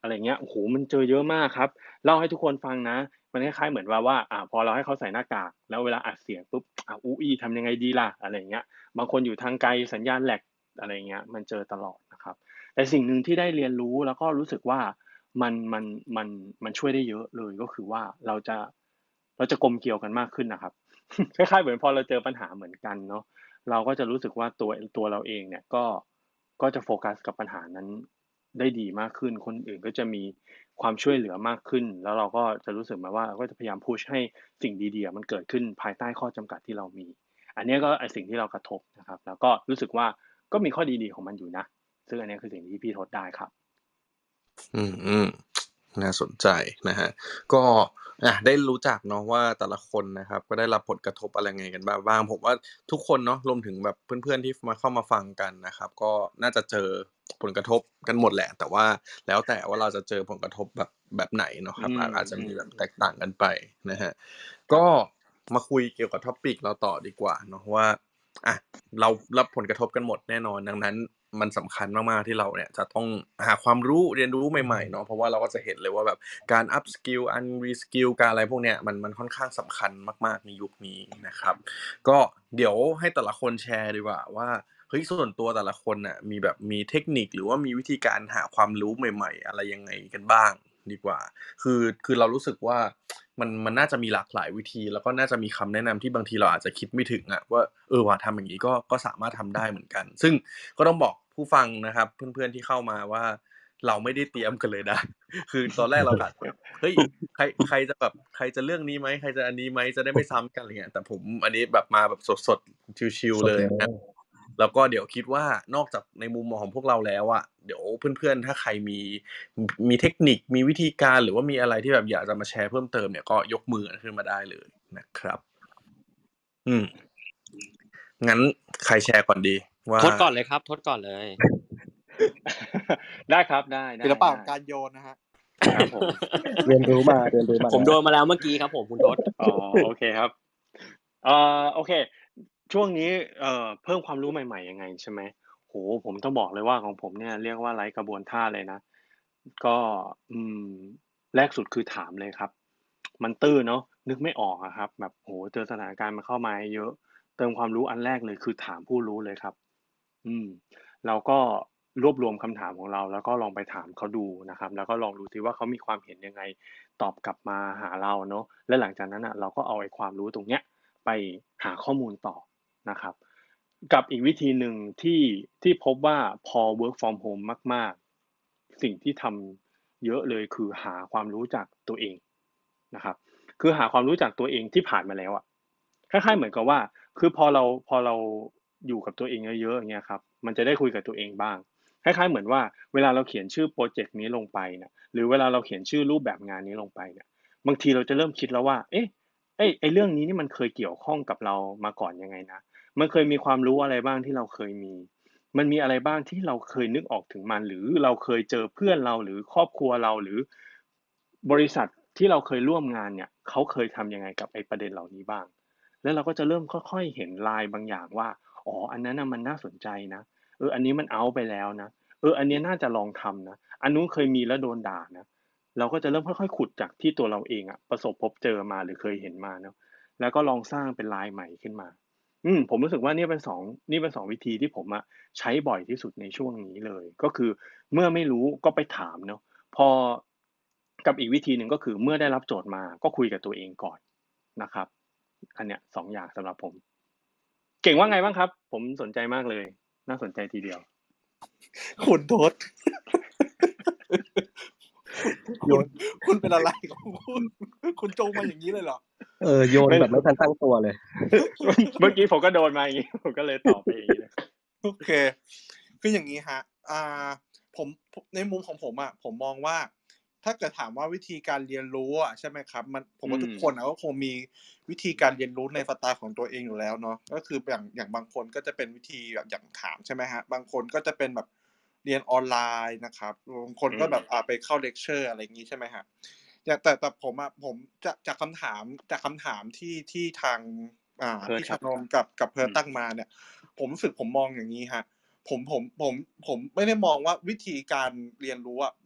อะไรเงี้ยโอ้โฮมันเจอเยอะมากครับเล่าให้ทุกคนฟังนะมันคล้ายๆเหมือนว่าว่าอ่าพอเราให้เขาใส่หน้ากากแล้วเวลาอัดเสียงปุ๊บอ้าวอู้อี้ทำยังไงดีล่ะอะไรอย่างเงี้ยบางคนอยู่ทางไกลสัญญาณแหลกอะไรอย่างเงี้ยมันเจอตลอดนะครับแต่สิ่งหนึ่งที่ได้เรียนรู้แล้วก็รู้สึกว่ามันมันมันมันช่วยได้เยอะเลยก็คือว่าเราจะเราจะกลมเกลียวกันมากขึ้นน่ะครับ คล้ายๆเหมือนพอเราเจอปัญหาเหมือนกันเนาะเราก็จะรู้สึกว่าตัวตัวเราเองเนี่ยก็ก็จะโฟกัสกับปัญหานั้นได้ดีมากขึ้นคนอื่นก็จะมีความช่วยเหลือมากขึ้นแล้วเราก็จะรู้สึกแบบว่าเราก็จะพยายามพุชให้สิ่งดีๆอะมันเกิดขึ้นภายใต้ข้อจำกัดที่เรามีอันเนี้ยก็ไอ้สิ่งที่เรากระทบนะครับแล้วก็รู้สึกว่าก็มีข้อดีๆของมันอยู่นะซึ่งอันเนี้ยคือสิ่งที่พี่ทดได้ครับอืมอืมน่าสนใจนะฮะก็อ่ะได้รู้จักเนาะว่าแต่ละคนนะครับก็ได้รับผลกระทบอะไรไงกันบ้างบ้างผมว่าทุกคนเนาะรวมถึงแบบเพื่อนๆที่มาเข้ามาฟังกันนะครับก็น่าจะเจอผลกระทบกันหมดแหละแต่ว่าแล้วแต่ว่าเราจะเจอผลกระทบแบบแบบไหนเนาะครับอือามอาจจะมีอืมแบบแตกต่างกันไปนะฮะครับก็มาคุยเกี่ยวกับ topic เราต่อดีกว่าเนาะว่าอ่ะเรารับผลกระทบกันหมดแน่นอนดังนั้น มันสำคัญมากๆที่เราเนี่ยจะต้องหาความรู้เรียนรู้ใหม่ๆเนาะเพราะว่าเราก็จะเห็นเลยว่าแบบการ up skill un reskill การอะไรพวกเนี้ยมันมันค่อนข้างสำคัญมากๆในยุคนี้นะครับก็เดี๋ยวให้แต่ละคนแชร์ดีกว่าว่าเฮ้ยส่วนตัวแต่ละคนน่ะมีแบบมีเทคนิคหรือว่ามีวิธีการหาความรู้ใหม่ๆอะไรยังไงกันบ้างดีกว่าคือคือเรารู้สึกว่ามันมันน่าจะมีหลากหลายวิธีแล้วก็น่าจะมีคำแนะนำที่บางทีเราอาจจะคิดไม่ถึงอะว่าเออว่ะทำอย่างงี้ก็ก็สามารถทำได้เหมือนกันซึ่ง ก็ต้องบอกผู้ฟังนะครับเพื่อนๆที่เข้ามาว่าเราไม่ได้เตรียมกันเลยนะคือตอนแรกเรากะแบบเฮ้ยใครใครจะแบบใครจะเรื่องนี้ไหมใครจะอันนี้ไหมจะได้ไม่ซ้ำกันอะไรเงี้ยแต่ผมอันนี้แบบมาแบบสดๆชิลๆเลยนะแล้วก็เดี๋ยวคิดว่านอกจากในมุมมองของพวกเราแล้วอะเดี๋ยวเพื่อนๆถ้าใครมีมีเทคนิคมีวิธีการหรือว่ามีอะไรที่แบบอยากจะมาแชร์เพิ่มเติมเนี่ยก็ยกมือขึ้นมาได้เลยนะครับอืมงั้นใครแชร์ก่อนดีว่าทดก่อนเลยครับทดก่อนเลยได้ครับได้ศิลปะขได้องการโยนนะฮะครับผมเรียนรู้มาเรียนรู้มาผมแล้วโดนมาแล้วเมื่อกี้ครับผมคุณทศอ๋อโอเคครับเอ่อโอเคช่วงนี้เอ่อเพิ่มความรู้ใหม่ๆยังไงใช่ไหมโอ้โฮผมต้องบอกเลยว่าของผมเนี่ยเรียกว่าไร้กระบวนท่าเลยนะก็อืมแรกสุดคือถามเลยครับมันตื้อเนาะนึกไม่ออกอะครับแบบโอ้โฮเจอสถานการณ์มันเข้ามาเยอะเติมความรู้อันแรกเลยคือถามผู้รู้เลยครับอืมเราก็รวบรวมคำถามของเราแล้วก็ลองไปถามเขาดูนะครับแล้วก็ลองดูซิว่าเขามีความเห็นยังไง ตอบกลับมาหาเราเนาะและหลังจากนั้นน่ะเราก็เอาไอ้ความรู้ตรงเนี้ยไปหาข้อมูลต่อนะครับกับอีกวิธีหนึ่งที่ที่พบว่าพอ work from home มากๆสิ่งที่ทำเยอะเลยคือหาความรู้จากตัวเองนะครับคือหาความรู้จากตัวเองที่ผ่านมาแล้วอะคล้ายๆเหมือนกับว่าคือพอเราพอเราอยู่กับตัวเองเยอะๆอย่างเงี้ยครับมันจะได้คุยกับตัวเองบ้าง คล้ายๆเหมือนว่าเวลาเราเขียนชื่อพรอเจกต์นี้ลงไปเนี่ยหรือเวลาเราเขียนชื่อรูปแบบงานนี้ลงไปเนี่ยบางทีเราจะเริ่มคิดแล้วว่าเอ๊ะไอ้ไอ้เรื่องนี้นี่มันเคยเกี่ยวข้องกับเรามาก่อนยังไงนะมันเคยมีความรู้อะไรบ้างที่เราเคยมีมันมีอะไรบ้างที่เราเคยนึกออกถึงมันหรือเราเคยเจอเพื่อนเราหรือครอบครัวเราหรือบริษัทที่เราเคยร่วมงานเนี่ยเขาเคยทำยังไงกับไอ้ประเด็นเหล่านี้บ้างแล้วเราก็จะเริ่มค่อยๆเห็นลายบางอย่างว่าอ๋ออันนั้นน่ะมันน่าสนใจนะเอออันนี้มันเอาต์ไปแล้วนะ เอออันเนี้ยน่าจะลองทำนะอันนู้นเคยมีแล้วโดนด่านะเราก็จะเริ่มค่อยๆขุดจากที่ตัวเราเองอะประสบพบเจอมาหรือเคยเห็นมาเนาะแล้วก็ลองสร้างเป็นลายใหม่ขึ้นมาอืมผมรู้สึกว่าเนี่ยเป็นสองนี่เป็นสองวิธีที่ผมอะใช้บ่อยที่สุดในช่วงนี้เลยก็คือเมื่อไม่รู้ก็ไปถามเนาะพอกับอีกวิธีหนึ่งก็คือเมื่อได้รับโจทย์มาก็คุยกับตัวเองก่อนนะครับอันเนี้ยสองอย่างสำหรับผมเก่งว่าไงบ้างครับผมสนใจมากเลยน่าสนใจทีเดียวคุณทศโยคุณนคุณเป็นอะไรของคุณ คุณจงมาอย่างนี้เลยเหรอเออโยนไม่แบบไม่ทันตั้งตัวเลยเมื่อกี้ผมก็โดนมาอย่างงี้ผมก็เลยตอบไปอย่างงี้เลยโอเค คืออย่างนี้ฮะอ่าผมในมุมของผมอะผมมองว่า ถ้าเกิดถามว่าวิธีการเรียนรู้อะใช่ไหมครับมันผมว่าทุกคนอะก็คงมีวิธีการเรียนรู้ในสไตล์ของตัวเองอยู่แล้วเนาะก็คืออย่างอย่างบางคนก็จะเป็นวิธีแบบอย่างถามใช่ไหมฮะบางคนก็จะเป็นแบบเรียนออนไลน์นะครับบางคนก็แบบอ่าไปเข้าเลคเชอร์อะไรอย่างงี้ใช่ไหมฮะอย่างแต่แต่ผมอะผมจากจากคำถามจากคำถามที่ที่ทางอ่าเพิร์ทพี่ครัชาบนนท์กับกับเพิร์ทอืมตั้งมาเนี่ย ผมรู้สึกผมมองอย่างนี้ฮะผมผมผมผมไม่ได้มองว่าวิธีการเรียนรู้อะ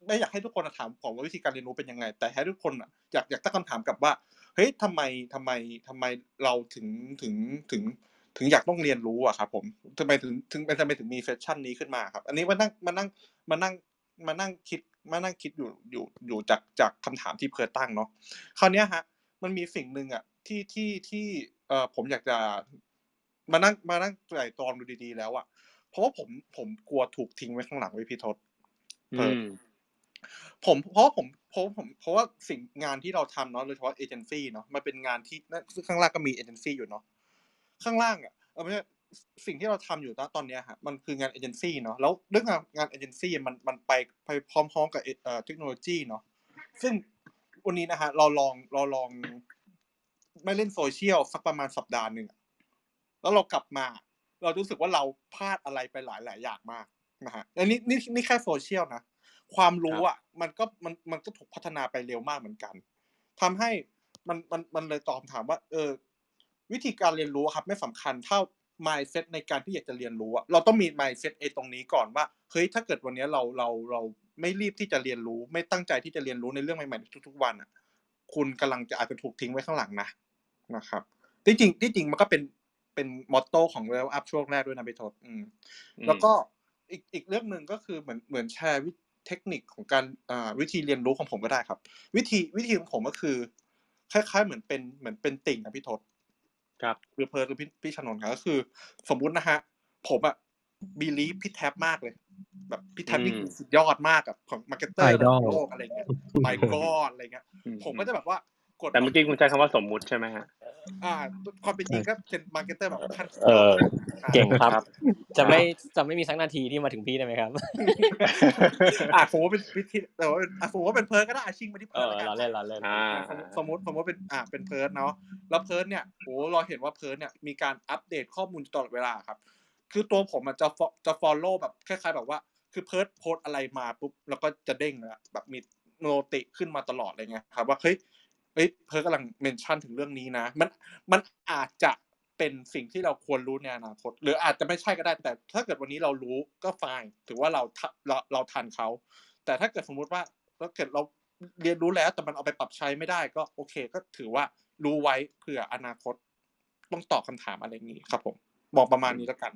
ไม่อยากให้ทุกคนถามผมว่าวิธีการเรียนรู้เป็นยังไงแต่ให้ทุกคนอ่ะอยากอยากตั้งคำถามกลับว่าเฮ้ยทำไมทำไมทำไมเราถึงถึงถึงถึงอยากต้องเรียนรู้อะครับผมทำไมถึงถึงทำไมถึงมีเซสชั่นนี้ขึ้นมาครับอันนี้มานั่งมานั่งมานั่งมานั่งคิดมานั่งคิดอยู่อยู่อยู่จากจากคำถามที่เพิร์ทตั้งเนาะคราวเนี้ยฮะมันมีสิ่งหนึ่งอ่ะที่ที่ที่เอ่อผมอยากจะมานั่งมานั่งไตร่ตรองดูดีๆแล้วอ่ะเพราะว่าผมผมกลัวถูกทิ้งไว้ข้างหลังไว้พี่ทศอืเพิร์ทมผมเพราะว่าผมเพราะว่าผมเพราะว่าสิ่งงานที่เราทำเนาะโดยเฉพาะเอเจนซี่เนาะมันเป็นงานที่นั่นซึ่งข้างล่างก็มีเอเจนซี่อยู่เนาะข้างล่างอ่ะเออไม่ใช่สิ่งที่เราทำอยู่ณตอนเนี้ยฮะมันคืองานเอเจนซี่เนาะแล้วเรื่องงานงานเอเจนซี่มันมันไปไปพร้อมๆกับเอ่อเทคโนโลยีเนาะซึ่งวันนี้นะฮะเราลองเราลองไม่เล่นโซเชียลสักประมาณสัปดาห์หนึ่งอะแล้วเรากลับมา เรารู้สึกว่าเราพลาดอะไรไปหลายหลายอย่างมากนะฮะอันนี้นี่นี่แค่โซเชียลนะความรู้อ่ะมันก็มันมันก็ถูกพัฒนาไปเร็วมากเหมือนกันทำให้มันมันมันเลยตอบคำถามว่าเออวิธีการเรียนรู้ครับไม่สำคัญเท่า mindset ในการที่อยากจะเรียนรู้อะเราต้องมี mindset ไอ้ตรงนี้ก่อนว่าเฮ้ยถ้าเกิดวันนี้เราเราเราไม่รีบที่จะเรียนรู้ไม่ตั้งใจที่จะเรียนรู้ในเรื่องใหม่ๆทุกๆวันอ่ะคุณกำลังจะอาจจะถูกทิ้งไว้ข้างหลังนะนะครับที่จริงที่จริงมันก็เป็นเป็นมอตโต้ของ Level Up ช่วงแรกด้วยนะพี่ทศอืมแล้วก็อีกอีกเรื่องหนึ่งก็คือเหมือนเหมือนแชร์วิเทคนิคของการอ่าวิธีเรียนรู้ของผมก็ได้ครับวิธีวิธีของผมก็คือคล้ายๆเหมือนเป็นเหมือนเป็นติ่งนะพี่ทศครับหรือเพิร์ดหรือพี่พี่ชนนท์ครับก็คือสมมุตินะฮะผมอะบีลีฟพี่แท็บมากเลยแบบพี่แท็บนี่คือสุดยอดมากอะของมาร์เก็ตเตอร์ระดับโลกอะไรเงี้ยไมค์กอดอะไรเงี้ยผมก็จะแบบว่ากดแต่เมื่อกี้คุณใช้คำว่าสมมุติใช่ไหมฮะอ่าความเป็นจริงก็เป็นมาร์เก็ตเตอร์แบบขั้นสุดเอยอดอเก่งครับครับจะไม่จะไม่มีสักนาทีที่มาถึงพี่ได้ไหมครับอ่าผมว่าเป็นวิธีแต่ว่าเป็นอ่ะผมว่าเป็นเพิร์ดก็ได้อาชิงมาที่เอเพิร์ดอแล้วกันเราเล่นเราเล่นอ่าอ่าสมมติสมมติสมมติเป็นอ่าเป็นเพิร์ดเนาะแล้วเพิร์ดเนี่ยโอ้เราเห็นว่าเพิร์ดเนี่ยมีการอัปเดตข้อมูลตลอดเวลาครับคือตัวผมอ่ะจะจะ follow แบบคล้ายๆแบบว่าคือเพิร์ดโพสอะไรมาปุ๊บแล้วก็จะเด้งเลยแบบมีโนติขึ้นมาตลอดอะไรเงี้ยครับว่าเฮ้ยเฮ้ยเพิร์ดกำลังเมนชั่นถึงเรื่องนี้นะมันมันอาจจะเป็นสิ่งที่เราควรรู้ในอนาคตหรืออาจจะไม่ใช่ก็ได้แต่ถ้าเกิดวันนี้เรารู้ก็ fine ถือว่าเราเราเราทันเขาแต่ถ้าเกิดสมมุติว่าถ้าเกิดเราเรียนรู้แล้วแต่มันเอาไปปรับใช้ไม่ได้ก็โอเคก็ถือว่ารู้ไว้เผื่ออนาคตต้องตอบคำถามอะไรอย่างนี้ครับผมบอกประมาณนี้แล้วกัน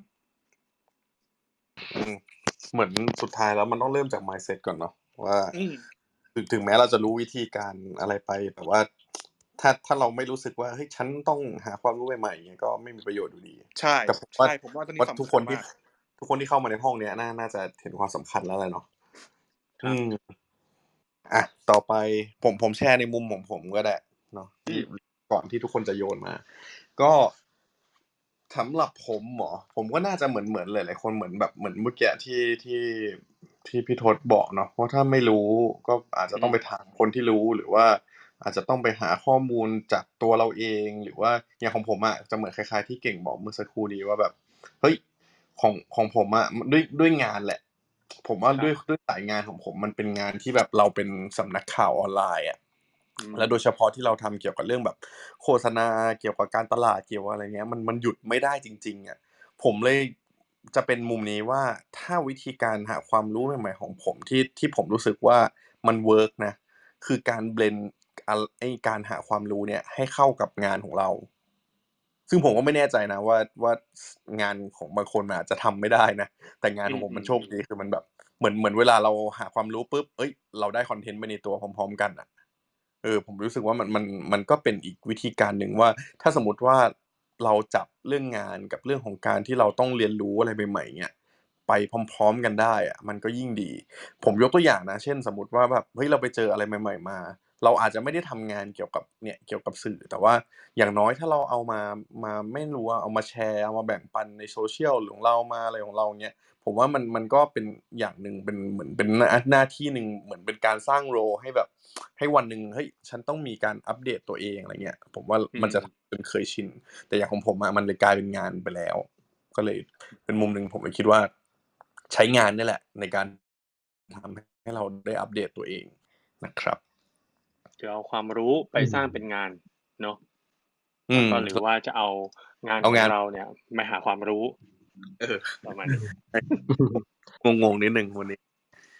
อืมเหมือนสุดท้ายแล้วมันต้องเริ่มจาก mindset ก่อนเนาะว่าอืมถึงถึงแม้เราจะรู้วิธีการอะไรไปแต่ว่าถ้าถ้าเราไม่รู้สึกว่าเฮ้ยฉันต้องหาความรู้ใหม่ๆอย่างเงี้ยก็ไม่มีประโยชน์อยู่ดีใช่แต่ผมว่าใช่ผมว่าตอนนี้ว่าสำทุกคัคญนที่มากทุกคนที่เข้ามาในห้องเนี้ยน่าน่าจะเห็นความสำคัญแล้วแหละเนาะครับอืมอ่ะต่อไปผมผมแชร์ในมุมของผมก็ได้เนาะอืที่มก่อนที่ทุกคนจะโยนมา ก็สำหรับผมเหรอผมก็น่าจะเหมือนเหมือนหลายๆคนเหมือนแบบเหมือนเมื่อกี้ที่ที่ที่พี่ทศบอกเนาะว่าถ้าไม่รู้ก็อาจจะต้องไปถามคนที่รู้หรือว่าอาจจะต้องไปหาข้อมูลจากตัวเราเองหรือว่าอย่างของผมอ่ะจะเหมือนคล้ายๆที่เก่งบอกเมื่อสักครู่นี้ว่าแบบเฮ้ยของของผมอ่ะด้วยด้วยงานแหละ ผมว่าครับด้วยด้วยสายงานของผมมันเป็นงานที่แบบเราเป็นสำนักข่าวออนไลน์อ่ะอืมและโดยเฉพาะที่เราทำเกี่ยวกับเรื่องแบบโฆษณาเกี่ยวกับการตลาดเกี่ยวกับอะไรเงี้ยมันมันหยุดไม่ได้จริงๆอ่ะผมเลยจะเป็นมุมนี้ว่าถ้าวิธีการหาความรู้ใหม่ๆของผมที่ที่ผมรู้สึกว่ามันเวิร์กนะคือการเบลนไอ้การหาความรู้เนี่ยให้เข้ากับงานของเรา ซึ่งผมก็ไม่แน่ใจนะว่าว่างานของบางคนมันอาจจะทำไม่ได้นะแต่งานของผมมันโชคดีคือมันแบบเหมือนเหมือนเวลาเราหาความรู้ปุ๊บเอ้ยเราได้คอนเทนต์ไปในตัวพร้อมๆกันอ่ะเออผมรู้สึกว่ามันมันมันก็เป็นอีกวิธีการหนึ่งว่าถ้าสมมุติว่าเราจับเรื่องงานกับเรื่องของการที่เราต้องเรียนรู้อะไรใหม่ๆเนี่ยไปพร้อมๆกันได้อะมันก็ยิ่งดีผมยกตัวอย่างนะเช่นสมมุติว่าแบบเฮ้ยเราไปเจออะไรใหม่ๆมาเราอาจจะไม่ได้ทำงานเกี่ยวกับเนี่ยเกี่ยวกับสื่อแต่ว่าอย่างน้อยถ้าเราเอามามาไม่รู้ว่าเอามาแชร์เอามาแบ่งปันในโซเชียลของเรามาอะไรของเราเงี้ยผมว่ามันมันก็เป็นอย่างหนึ่งเป็นเหมือนเป็นหน้าหน้าที่หนึ่งเหมือนเป็นการสร้างโรลให้แบบให้วันหนึ่งเฮ้ยฉันต้องมีการอัปเดตตัวเองอะไรเงี้ยผมว่ามันจะจนเคยชินแต่อย่างของผมอะมันเลยกลายเป็นงานไปแล้วก็เลยเป็นมุมหนึ่งผมเลยคิดว่าใช้งานนี่แหละในการทำให้เราได้อัปเดตตัวเองนะครับจะเอาความรู้ไปสร้างเป็นงานเนาะอืแล้วมก็หรือว่าจะเอางานขเอาองงานเราเนี่ยมาหาความรู้เออประมาณนี้งงๆนิดนึงวันนี้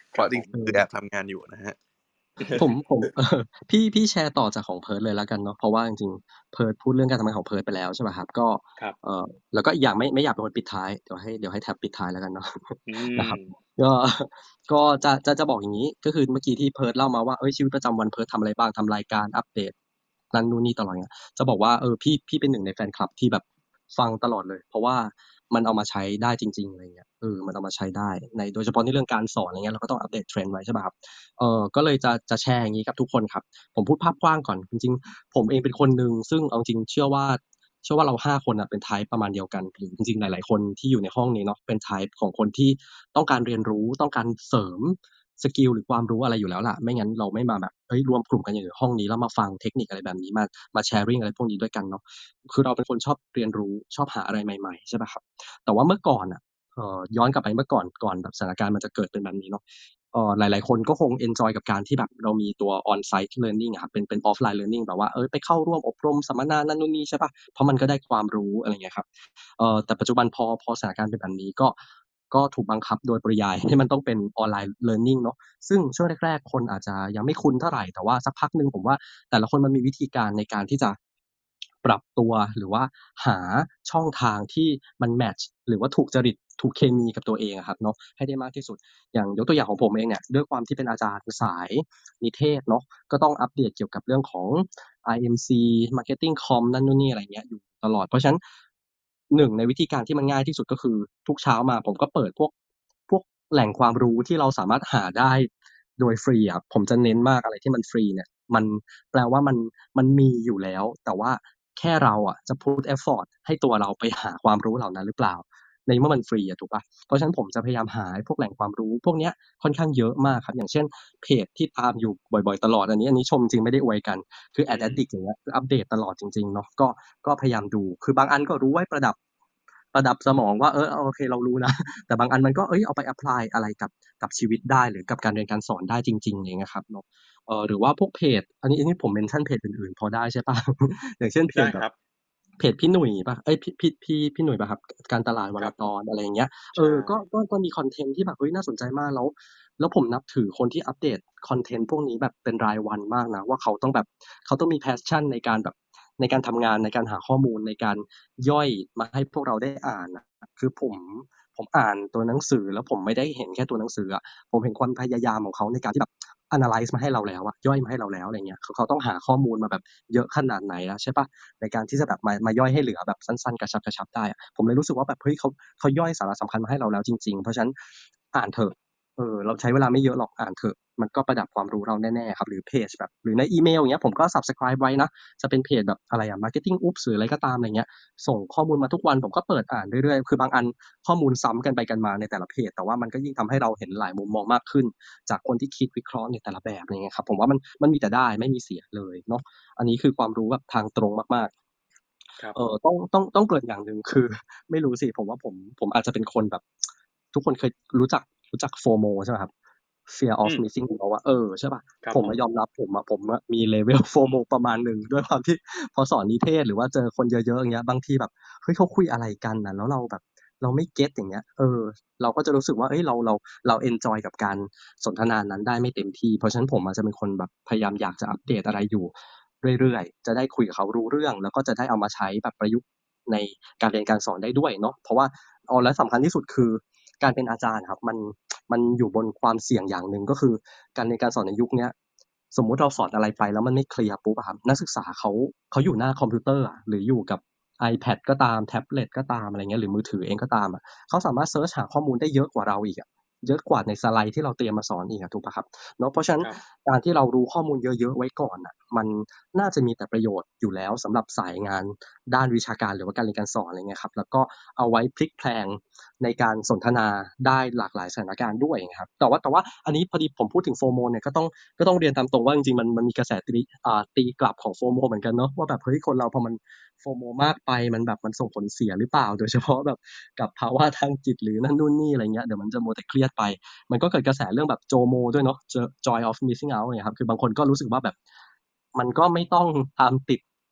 เพครับราะจผริงมเอๆ คืออแอบทำงานอยู่นะครั บผม ผม เออ พี่ พี่แชร์ต่อจากของเพิร์ทเลยแล้วกันเนาะ เพราะว่าจริง ๆ เพิร์ทพูดเรื่องการทำงานของเพิร์ทไปแล้ว ใช่เปล่าครับ ก็ครับเอ่อ แล้วก็อีกอย่างไม่ ไม่อยากเป็นคนปิดท้าย เดี๋ยวให้ เดี๋ยวให้แท็บปิดท้ายแล้วกันเนาะอืนะครับมก็ ก็จะ จะ จะบอกอย่างงี้ ก็คือเมื่อกี้ที่เพิร์ทเล่ามาว่า เฮ้ย ชีวิตประจำวันเพิร์ททำอะไรบ้าง ทำรายการอัปเดตนั่นนู่นนี่ตลอดเงี้ย จะบอกว่า เออ พี่ พี่เป็นหนึ่งในแฟนคลับที่แบบฟังตลอดเลย เพราะว่ามันเอามาใช้ได้จริง ๆ อะไรเงี้ย เออ มันเอามาใช้ได้ใน โดยเฉพาะในเรื่องการสอน อะไรเงี้ย เราก็ต้องอัปเดต trend ไว้ใช่เปล่าครับ เอ่อ ก็เลยจะ จะแชร์อย่างงี้กับทุกคนครับ ผมพูดภาพกว้างก่อน จริง ๆ ผมเองเป็นคนหนึ่ง ซึ่งเอาจริง ๆ เชื่อว่า เชื่อว่าเรา ห้า คนน่ะเป็น ไทป์ ประมาณเดียวกัน หรือจริง ๆ หลาย ๆ คนที่อยู่ในห้องนี้เนาะ เป็น ไทป์ ของคนที่ต้องการเรียนรู้ ต้องการเสริมสกิลหรือความรู้อะไรอยู่แล้วล่ะ ไม่งั้นเราไม่มาแบบ เฮ้ย รวมกลุ่มกันอยู่ในห้องนี้ แล้วมาฟังเทคนิคอะไรแบบนี้ มา มา sharing อะไรพวกนี้ด้วยกันเนาะ คือเราเป็นคนชอบเรียนรู้ ชอบหาอะไรใหม่ ๆ ใช่เปล่าครับ แต่ว่าเมื่อก่อนน่ะ เอ่อ ย้อนกลับไปเมื่อก่อน ก่อนแบบสถานการณ์มันจะเกิดเป็นแบบนี้เนาะ เอ่อ หลาย ๆ คนก็คงเอนจอยกับการที่แบบเรามีตัว on-site learning อะครับ เป็น เป็น offline learning แบบว่า เออ ไปเข้าร่วมอบรมสัมมนานั่นนู่นนี่ ใช่เปล่า เพราะมันก็ได้ความรู้ อะไรเงี้ยครับ เอ่อ แต่ปัจจุบันพอ พอสถานการณ์เป็นแบบนี้ ก็ ก็ถูกบังคับโดยปริยาย ให้มันต้องเป็น online learning เนาะ ซึ่งช่วงแรก ๆ คนอาจจะยังไม่คุ้นเท่าไร แต่ว่าสักพักหนึ่งผมว่า แต่ละคนมันมีวิธีการในการที่จะปรับตัว หรือว่าหาช่องทางที่มันแมตช์ หรือว่าถูกจริต ถูกเคมีกับตัวเองอะครับเนาะ ให้ได้มากที่สุด อย่างยกตัวอย่างของผมเองเนี่ย ด้วยความที่เป็นอาจารย์สายนิเทศเนาะ ก็ต้องอัปเดตเกี่ยวกับเรื่องของ ไอ เอ็ม ซี Marketing Comm นั่นนู่นนี่ อะไรเงี้ย อยู่ตลอด เพราะฉะนั้น หนึ่ง ในวิธีการที่มันง่ายที่สุด ก็คือทุกเช้ามาผมก็เปิดพวก พวกแหล่งความรู้ที่เราสามารถหาได้โดยฟรีอะครับ ผมจะเน้นมากอะไรที่มันฟรีเนี่ย มันแปลว่ามัน มันมีอยู่แล้ว แต่ว่าแค่เราอะจะ put effort ให้ตัวเราไปหาความรู้เหล่านั้นหรือเปล่า ในเมื่อมันฟรีอะ ถูกเปล่า เพราะฉะนั้นผมจะพยายามหาไอ้พวกแหล่งความรู้พวกเนี้ยค่อนข้างเยอะมากครับ อย่างเช่น เพจที่ตามอยู่บ่อย ๆ ตลอด อันนี้ อันนี้ชมจริงไม่ได้อวยกัน คืออื Ad ม Addict อย่างเงี้ย คืออัปเดตตลอดจริง ๆ เนาะ ก็ ก็พยายามดู คือบางอันก็รู้ไว้ประดับ ประดับสมองว่า เออ โอเค เรารู้นะ แต่บางอันมันก็ เฮ้ย เอาไป แอปพลาย อะไรกับ กับชีวิตได้ หรือกับการเรียนการสอนได้จริง ๆ อย่างเงี้ยครับเนาะ เอ่อ หรือว่าพวกเพจ อันนี้ อันนี้ผมเมนชันเพจอื่น ๆ พอได้ใช่เปล่า? อย่างเช่นเพได้จแบครับ บเพจพี่หนุ่ยเปล่า เอ๊ย พี่ พี่ พี่ พี่หนุ่ยเปล่าครับ การตลาดวครลับตอน อะไรอย่างเงี้ยใเอช่อ ก็ ก็ ก็มีคอนเทนต์ที่แบบ เฮ้ย น่าสนใจมาก แล้ว แล้วผมนับถือคนที่อัปเดตคอนเทนต์พวกนี้แบบเป็นรายวันมากนะ ว่าเขาต้องแบบ เขาต้องมี passion ในการแบบ ในการทำงาน ในการหาข้อมูล ในการย่อยมาให้พวกเราได้อ่านอะ คือผม ผมอ่านตัวหนังสือ แล้วผมไม่ได้เห็นแค่ตัวหนังสืออะ ผมเห็นความพยายามของเขาในการที่แบบ analyze มาให้เราแล้วอะ ย่อยมาให้เราแล้ว อะไรเงี้ย คือเขาต้องหาข้อมูลมาแบบเยอะขนาดไหนแล้ว ใช่เปล่า ในการที่จะแบบมา มาย่อยให้เหลือแบบสั้น ๆ กระชับ ๆ ได้อะ ผมเลยรู้สึกว่าแบบ เฮ้ย เขา เขาย่อยสาระสำคัญมาให้เราแล้วจริง ๆ เพราะฉะนั้นอ่านเถอะ เออ เราใช้เวลาไม่เยอะหรอก อ่านเถอะ มันก็ประดับความรู้เราแน่ ๆ ครับ หรือเพจแบบ หรือในอีเมล อย่างเงี้ย ผมก็ subscribe ไว้นะ จะเป็นเพจแบบอะไรอะ Marketing Oops หรืออะไรก็ตาม อะไรเงี้ย ส่งข้อมูลมาทุกวัน ผมก็เปิดอ่านเรื่อย ๆ คือบางอันข้อมูลซ้ำกันไปกันมาในแต่ละเพจ แต่ว่ามันก็ยิ่งทำให้เราเห็นหลายมุมมองมากขึ้น จากคนที่คิดวิเคราะห์ในแต่ละแบบ อะไรเงี้ยครับ ผมว่ามัน มันมีแต่ได้ไม่มีเสียเลยเนาะ อันนี้คือความรู้แบบทางตรงมาก ๆครับเอ่อ ต้อง ต้อง ต้องเกริ่นอย่างหนึ่ง คือ ไม่รู้สิ ผมว่าผม ผมอาจจะเป็นคนแบบ ทุกคนเคยรู้จัก รู้จัก FOMO ใช่เปล่าครับ Fear อื of ม Missing Out อะ เออ ใช่เปล่าครับผมอผมะยอมรับ ผมอะ ผมอะมี level FOMO ประมาณหนึ่ง ด้วยความที่พอสอนนิเทศ หรือว่าเจอคนเยอะ ๆ อย่างเงี้ย บางทีแบบ เฮ้ย เขาคุยอะไรกันน่ะ แล้วเราแบบเราไม่เก็ต อย่างเงี้ย เออ เราก็จะรู้สึกว่า เฮ้ย เรา เรา เราเอนจอยกับการสนทนานั้นได้ไม่เต็มที่ เพราะฉะนั้นผมอะจะเป็นคนแบบพยายามอยากจะอัปเดตอะไรอยู่เรื่อย ๆ จะได้คุยกับเขารู้เรื่อง แล้วก็จะได้เอามาใช้แบบประยุกต์ในการเรียนการสอนได้ด้วยเนาะ เพราะว่า อ๋อ และสำคัญที่สุดคือการเป็นอาจารย์อะครับ มัน มันอยู่บนความเสี่ยงอย่างหนึ่ง ก็คือการเรียนการสอนในยุคเนี้ย สมมุติเราสอนอะไรไปแล้วมันไม่เคลียร์ปุ๊บอะครับ นักศึกษาเขา เขาอยู่หน้าคอมพิวเตอร์อะ หรืออยู่กับ iPad ก็ตาม แท็บเล็ตก็ตาม อะไรเงี้ย หรือมือถือเองก็ตามอะ เขาสามารถเซิร์ชหาข้อมูลได้เยอะกว่าเราอีกอะ เยอะกว่าในสไลด์ที่เราเตรียมมาสอนอีกอะ ถูกเปล่าครับ เนาะ เพราะฉะนั้นครับการที่เรารู้ข้อมูลเยอะ ๆ ไว้ก่อนน่ะ มันน่าจะมีแต่ประโยชน์อยู่แล้วสำหรับสายงานด้านวิชาการ หรือว่าการเรียนการสอน อะไรเงี้ยครับ แล้วก็เอาไว้พลิกแพลงในการสนทนาได้หลากหลายสถานการณ์ด้วย อย่างเงี้ยครับ แต่ว่า แต่ว่าอันนี้พอดีผมพูดถึง FOMO เนี่ย ก็ต้อง ก็ต้องเรียนตามตรงว่าจริง ๆ มัน มันมีกระแสตี อ่า ตีกลับของ FOMO เหมือนกันเนาะ ว่าแบบ เฮ้ย คนเราพอมัน FOMO มากไปมันแบบมันส่งผลเสียหรือเปล่า โดยเฉพาะแบบกับภาวะทางจิต หรือนั่นนู่นนี่ อะไรเงี้ย เดี๋ยวมันจะมัวแต่เครียดไป มันก็เกิดกระแสเรื่องแบบ JOMO ด้วยเนาะ J Joy of Missing Out อย่างเงี้ยครับ คือบางคนก็รู้สึกว่าแบบ มันก็ไม่ต้องตามติด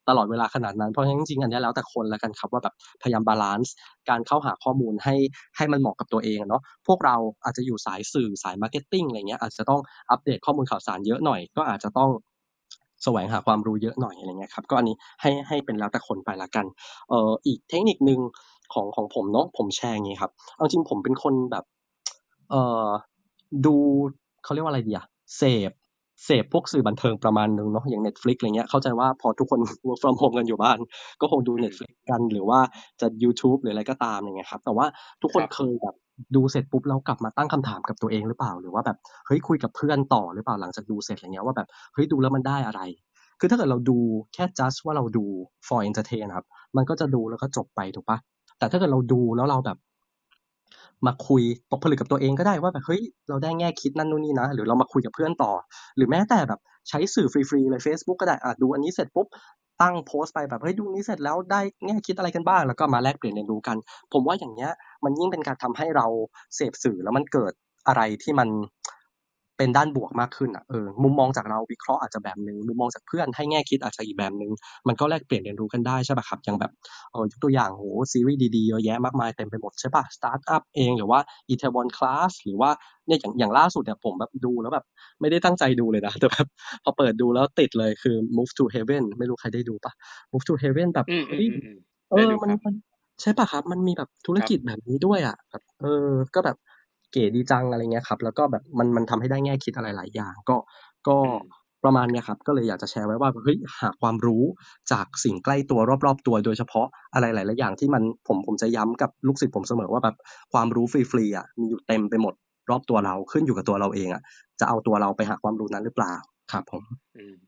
ตลอดเวลาขนาดนั้นเพราะฉะนั้นจริงๆอันเนี้ยแล้วแต่คนแล้วกันครับว่าแบบพยายามบาลันซ์การเข้าหาข้อมูลให้ให้มันเหมาะกับตัวเองอะเนาะพวกเราอาจจะอยู่สายสื่อสาย marketing อะไรเงี้ยอาจจะต้องอัปเดตข้อมูลข่าวสารเยอะหน่อยก็อาจจะต้องแสวงหาความรู้เยอะหน่อยอะไรเงี้ยครับก็อันนี้ให้ให้เป็นแล้วแต่คนไปแล้วกันเอ่ออีกเทคนิคหนึ่งของของผมเนาะผมแชร์อย่างงี้ครับเอาจริงผมเป็นคนแบบเอ่อดูเขาเรียกว่าอะไรดีอะเสพเสพพวกสื่อบันเทิงประมาณหนึ่งเนาะอย่าง Netflix อะไรเงี้ยเข้าใจว่าพอทุกคน work from home กันอยู่บ้านก็คงดูอืม Netflix กันหรือว่าจะยูทูบหรืออะไรก็ตามอย่างเงี้ยครับแต่ว่าทุกคคน รับเคยแบบดูเสร็จปุ๊บแล้วกลับมาตั้งคำถามกับตัวเองหรือเปล่าหรือว่าแบบเฮ้ยคุยกับเพื่อนต่อหรือเปล่าหลังจากดูเสร็จอะไรเงี้ยว่าแบบเฮ้ยดูแล้วมันได้อะไรคือถ้าเกิดเราดูแค่ just ว่าเราดู for entertain อะครับมันก็จะดูแล้วก็จบไปถูกเปล่าแต่ถ้าเกิดเราดูแล้วเราแบบมาคุยตกผลึกกับตัวเองก็ได้ว่าแบบเฮ้ยเราได้แง่คิดนั่นนู่นนี่นะหรือเรามาคุยกับเพื่อนต่อหรือแม้แต่แบบใช้สื่อฟรีๆเลยเฟซบุ๊กก็ได้อ่ะดูอันนี้เสร็จปุ๊บตั้งโพสต์ไปแบบเฮ้ยดูนี้เสร็จแล้วได้แง่คิดอะไรกันบ้างแล้วก็มาแลกเปลี่ยนเรียนรู้กันผมว่าอย่างเงี้ยมันยิ่งเป็นการทำให้เราเสพสื่อแล้วมันเกิดอะไรที่มันเป็นด้านบวกมากขึ้นอ่ะเออมุมมองจากเราวิเคราะห์อาจจะแบบนึงมุมมองจากเพื่อนให้แง่คิดอาจจะอีกแบบนึงมันก็แลกเปลี่ยนเรียนรู้กันได้ใช่ป่ะครับอย่างแบบ เอ่อยกตัวอย่างโอ้โฮซีรีส์ดีๆเยอะแยะมากมายเต็มไปหมดใช่เปล่า Startup เองหรือว่า Itaewon Class หรือว่าเนี่ยอย่างอย่างล่าสุดเนี่ยผมแบบดูแล้วแบบไม่ได้ตั้งใจดูเลยนะแต่แบบพอเปิดดูแล้วติดเลยคือ Move to Heaven ไม่รู้ใครได้ดูเปล่า Move to Heaven แบบอืมเฮ้ยๆๆๆเออมันได้ดูครับมันใช่เปล่าครับมันมีแบบธุรครับกิจแบบนี้ด้วยอะแบบเออก็แบบเก๋ดีจังอะไรเงี้ยครับแล้วก็แบบมันมันทำให้ได้แง่คิดอะไรหลายอย่างก็ก็อืมประมาณเนี้ยครับก็เลยอยากจะแชร์ไว้ว่าเฮ้ยหาความรู้จากสิ่งใกล้ตัวรอบๆตัวโดยเฉพาะอะไรหลายๆอย่างที่มันผมผมจะย้ำกับลูกศิษย์ผมเสมอว่าแบบความรู้ฟรีๆอะมีอยู่เต็มไปหมดรอบตัวเราขึ้นอยู่กับตัวเราเองอะจะเอาตัวเราไปหาความรู้นั้นหรือเปล่าครับผมอืม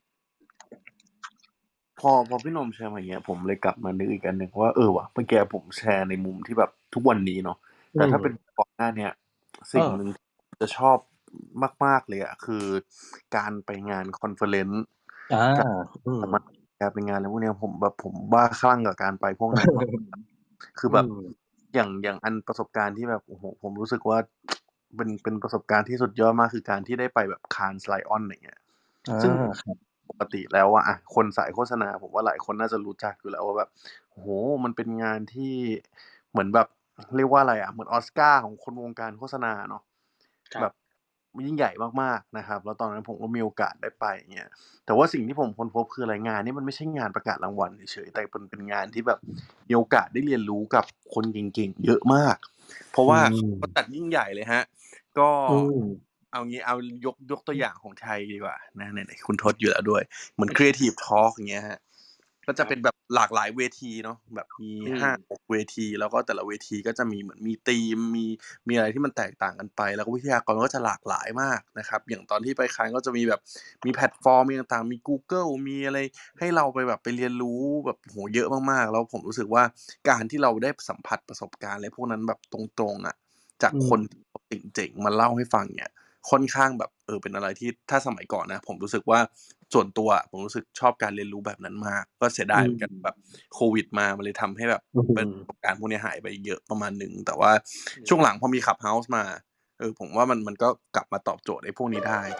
พอพอพี่นมแชร์มาอย่างเงี้ยผมเลยกลับมานึกอีกอันหนึ่งว่าเออว่ะเมื่อกี้ผมแชร์ในมุมที่แบบทุกวันนี้เนาะแต่อืมถ้าเป็นก่อนหน้าเนี้ยเออสิ่งหนึ่งที่จะชอบมากๆเลยอะคือการไปงานคอนเฟอเรนซ์อาการอืมสมัครการไปงานอะไรพวกเนี้ยผมแบบผมบ้าคลั่งกับการไปพวกนั้นมากคืออืแบบมอย่างอย่างอันประสบการณ์ที่แบบโอ้โฮผมรู้สึกว่าเป็นเป็นประสบการณ์ที่สุดยอดมากคือการที่ได้ไปแบบ Cannes Lions อย่างเงี้ยอาซึ่งครับปกติแล้วอะอะคนสายโฆษณาผมว่าหลายคนน่าจะรู้จักอยู่แล้วว่าแบบโอ้โฮมันเป็นงานที่เหมือนแบบเรียกว่าอะไรอะเหมือนออสการ์ของคนวงการโฆษณาเนาะครับแบบมันยิ่งใหญ่มากๆนะครับแล้วตอนนั้นผมก็มีโอกาสได้ไปอย่างเงี้ยแต่ว่าสิ่งที่ผมค้นพบคืออะไรงานนี้มันไม่ใช่งานประกาศรางวัลเฉยๆแต่มันเป็นงานที่แบบมีโอกาสได้เรียนรู้กับคนเก่งๆเยอะมากเพราะอืว่ามเขาจัดยิ่งใหญ่เลยครับก็อืมเอางี้เอายกยกตัวอย่างของไทยดีกว่านะไหนๆคุณทศอยู่แล้วด้วยเหมือน Creative Talk อย่างเงี้ยครับก็ครับจะเป็นแบบหลากหลายเวทีเนาะแบบมีอืมห้าหก เวทีแล้วก็แต่ละเวทีก็จะมีเหมือนมีธีมมีมีอะไรที่มันแตกต่างกันไปแล้วก็วิทยากรก็จะหลากหลายมากนะครับอย่างตอนที่ไปคานส์ก็จะมีแบบมีแพลตฟอร์มมีต่างๆมีกูเกิลมีอะไรให้เราไปแบบไปเรียนรู้แบบโอ้โฮเยอะมากๆแล้วผมรู้สึกว่าการที่เราได้สัมผัสประสบการณ์อะไรพวกนั้นแบบตรงๆอะจากอืมคนที่เขาเจ๋งๆมาเล่าให้ฟังเนี่ย ค่อนข้างแบบเออเป็นอะไรที่ถ้าสมัยก่อนนะผมรู้สึกว่าส่วนตัวอะผมรู้สึกชอบการเรียนรู้แบบนั้นมากก็เสียอืดายเหมือนกันแบบมโควิดมามันเลยทำให้แบบอืประมสบการณ์พวกนี้หายไปเยอะประมาณหนึ่งแต่ว่าอืมช่วงหลังพอมี Clubhouse มาเออผมว่ามันมันก็กลับมาตอบโจทย์ไอ้พวกนี้ได้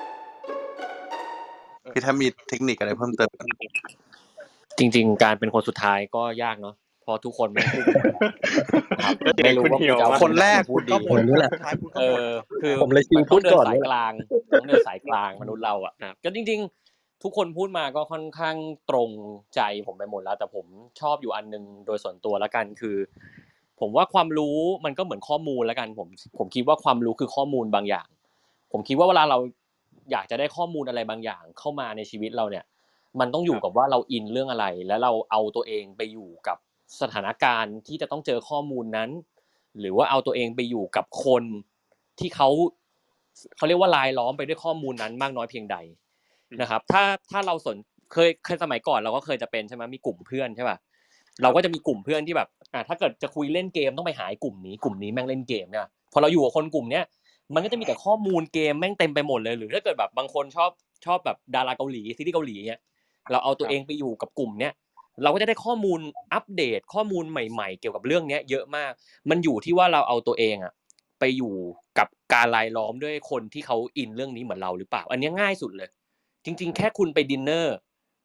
เออพี่ถ้ามีเทคนิคอะไรเพิ่มเติมอะจริงๆการเป็นคนสุดท้ายก็ยากเนาะเพราะทุกคนแม่งพูดกันหมดแล้วนะครับก็เสียงคุณไม่รู้ว่ากูเหี่ยวมากจะเอามุคนมไหนแรกมาพูดดีคุณก็บ่นเออนี่แหละคนสุดท้ายคุณก็เอบ่นอคือผมเลยชิมังนพูต้อดงเดิก่นอนสานี่ยแหละกลางต้องเดินสายกลางมนุษย์เราอะนะครับก็จริงๆทุกคนพูดมาก็ค่อนข้างตรงใจผมไปหมดแล้วแต่ผมชอบอยู่อันหนึ่งโดยส่วนตัวแล้วกันคือผมว่าความรู้มันก็เหมือนข้อมูลแล้วกันผมผมคิดว่าความรู้คือข้อมูลบางอย่างผมคิดว่าเวลาเราอยากจะได้ข้อมูลอะไรบางอย่างเข้ามาในชีวิตเราเนี่ยมันต้องอยู่กับว่าเราอินเรื่องอะไรแล้วเราเอาตัวเองไปอยู่กับสถานการณ์ที่จะต้องเจอข้อมูลนั้น หรือว่าเอาตัวเองไปอยู่กับคนที่เขาเขาเรียกว่าลายล้อมไปด้วยข้อมูลนั้นมากน้อยเพียงใดนะครับถ้าถ้าเราสนเคยเคยสมัยก่อนเราก็เคยจะเป็นใช่ไหมมีกลุ่มเพื่อนใช่ป่ะเราก็จะมีกลุ่มเพื่อนที่แบบอ่าถ้าเกิดจะคุยเล่นเกมต้องไปหากลุ่มนี้กลุ่มนี้แม่งเล่นเกมเนี่ยพอเราอยู่กับคนกลุ่มเนี้ยมันก็จะมีแต่ข้อมูลเกมแม่งเต็มไปหมดเลยหรือถ้าเกิดแบบบางคนชอบชอบแบบดาราเกาหลีซีรีส์เกาหลีเงี้ยเราเอาตัวเองไปอยู่กับกลุ่มเนี้ยเราก็จะได้ข้อมูลอัปเดตข้อมูลใหม่ๆเกี่ยวกับเรื่องนี้เยอะมากมันอยู่ที่ว่าเราเอาตัวเองอะไปอยู่กับการรายล้อมด้วยคนที่เขาอินเรื่องนี้เหมือนเราหรือเปล่าอันนี้ง่ายสุดเลยจริงๆแค่คุณไปดินเนอร์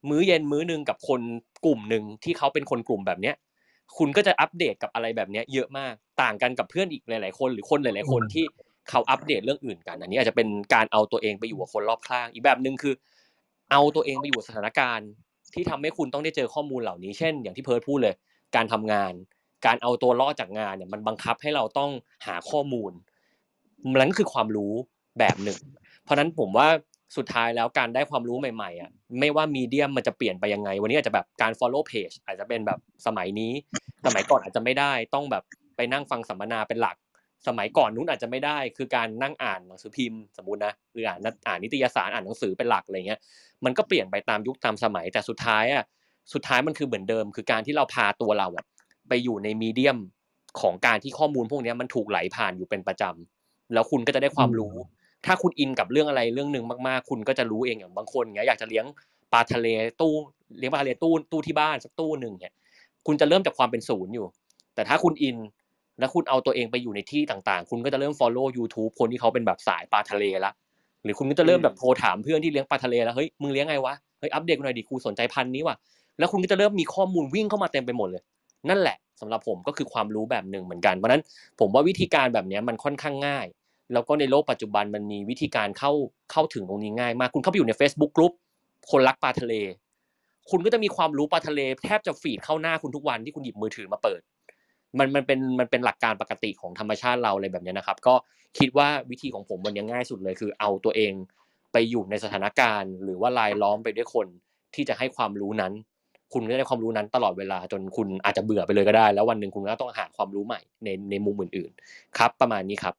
มื้อเย็นมื้อนึงกับคนกลุ่มนึงที่เขาเป็นคนกลุ่มแบบเนี้ยคุณก็จะอัปเดตกับอะไรแบบเนี้ยเยอะมากต่างกันกับเพื่อนอีกหลายๆคนหรือคนหลายๆคนที่เขาอัปเดตเรื่องอื่นกันอันนี้อาจจะเป็นการเอาตัวเองไปอยู่กับคนรอบข้างอีกแบบนึงคือเอาตัวเองไปอยู่สถานการณ์ที่ทำให้คุณต้องได้เจอข้อมูลเหล่านี้เช่นอย่างที่เพิร์ทพูดเลยการทำงานการเอาตัวรอดจากงานเนี่ยมันบังคับให้เราต้องหาข้อมูลนั่นคือความรู้แบบหนึ่งเพราะนั้นผมว่าสุดท้ายแล้วการได้ความรู้ใหม่ๆอ่ะไม่ว่ามีเดียมมันจะเปลี่ยนไปยังไงวันนี้อาจจะแบบการ follow page อาจจะเป็นแบบสมัยนี้สมัยก่อนอาจจะไม่ได้ต้องแบบไปนั่งฟังสัมมนาเป็นหลักสมัยก่อนนู้นอาจจะไม่ได้คือการนั่งอ่านหนังสือพิมพ์สมมุตินะหรืออ่านอ่านนิตยสารอ่านหนังสือเป็นหลักอะไรเงี้ยมันก็เปลี่ยนไปตามยุคตามสมัยแต่สุดท้ายอ่ะสุดท้ายมันคือเหมือนเดิมคือการที่เราพาตัวเราอ่ะไปอยู่ในมีเดียมของการที่ข้อมูลพวกนี้มันถูกไหลผ่านอยู่เป็นประจำแล้วคุณก็จะได้ความรู้ถ้าคุณอินกับเรื่องอะไรเรื่องนึงมากๆคุณก็จะรู้เองอย่างบางคนเงี้ยอยากจะเลี้ยงปลาทะเลตู้เลี้ยงปลาทะเลตู้ตู้ที่บ้านสักตู้นึงเนี่ยคุณจะเริ่มจากความเป็นศูนย์อยู่แต่ถ้าคุณอินแล้วคุณเอาตัวเองไปอยู่ในที่ต่างๆคุณก็จะเริ่ม follow YouTube คนที่เขาเป็นแบบสายปลาทะเลละหรือคุณก็จะเริ่มแบบโทรถามเพื่อนที่เลี้ยงปลาทะเลแล้วเฮ้ยมึงเลี้ยงไงวะเฮ้ยอัปเดตหน่อยดิกูสนใจพันธุ์นี้ว่ะแล้วคุณก็จะเริ่มมีข้อมูลวิ่งเข้ามาเต็มไปหมดเลยนั่นแหละสำหรับผมก็คือความรู้แบบนึงเหมือนกันเพราะนั้นผมว่าวิธีการแบบนี้มันค่อนข้างง่ายแล้วก็ในโลกปัจจุบันมันมีวิธีการเข้าเข้าถึงตรงนี้ง่ายมากคุณเข้าไปอยู่ใน Facebook Group คนรักปลาทะเลคุณก็จะมีความรู้ปลาทะเลแทบจะฟีดเข้าหน้าคุณทุกวันที่คุณหยิบมือถือมาเปิดมันมันเป็นมันเป็นหลักการปกติของธรรมชาติเราอะไรแบบนี้นะครับก็คิดว่าวิธีของผมมันยังง่ายสุดเลยคือเอาตัวเองไปอยู่ในสถานการณ์หรือว่ารายล้อมไปด้วยคนที่จะให้ความรู้นั้นคุณก็ได้ความรู้นั้นตลอดเวลาจนคุณอาจจะเบื่อไปเลยก็ได้แล้ววันนึงคุณก็ต้องหาความรู้ใหม่ในในมุมอื่นๆครับประมาณนี้ครับ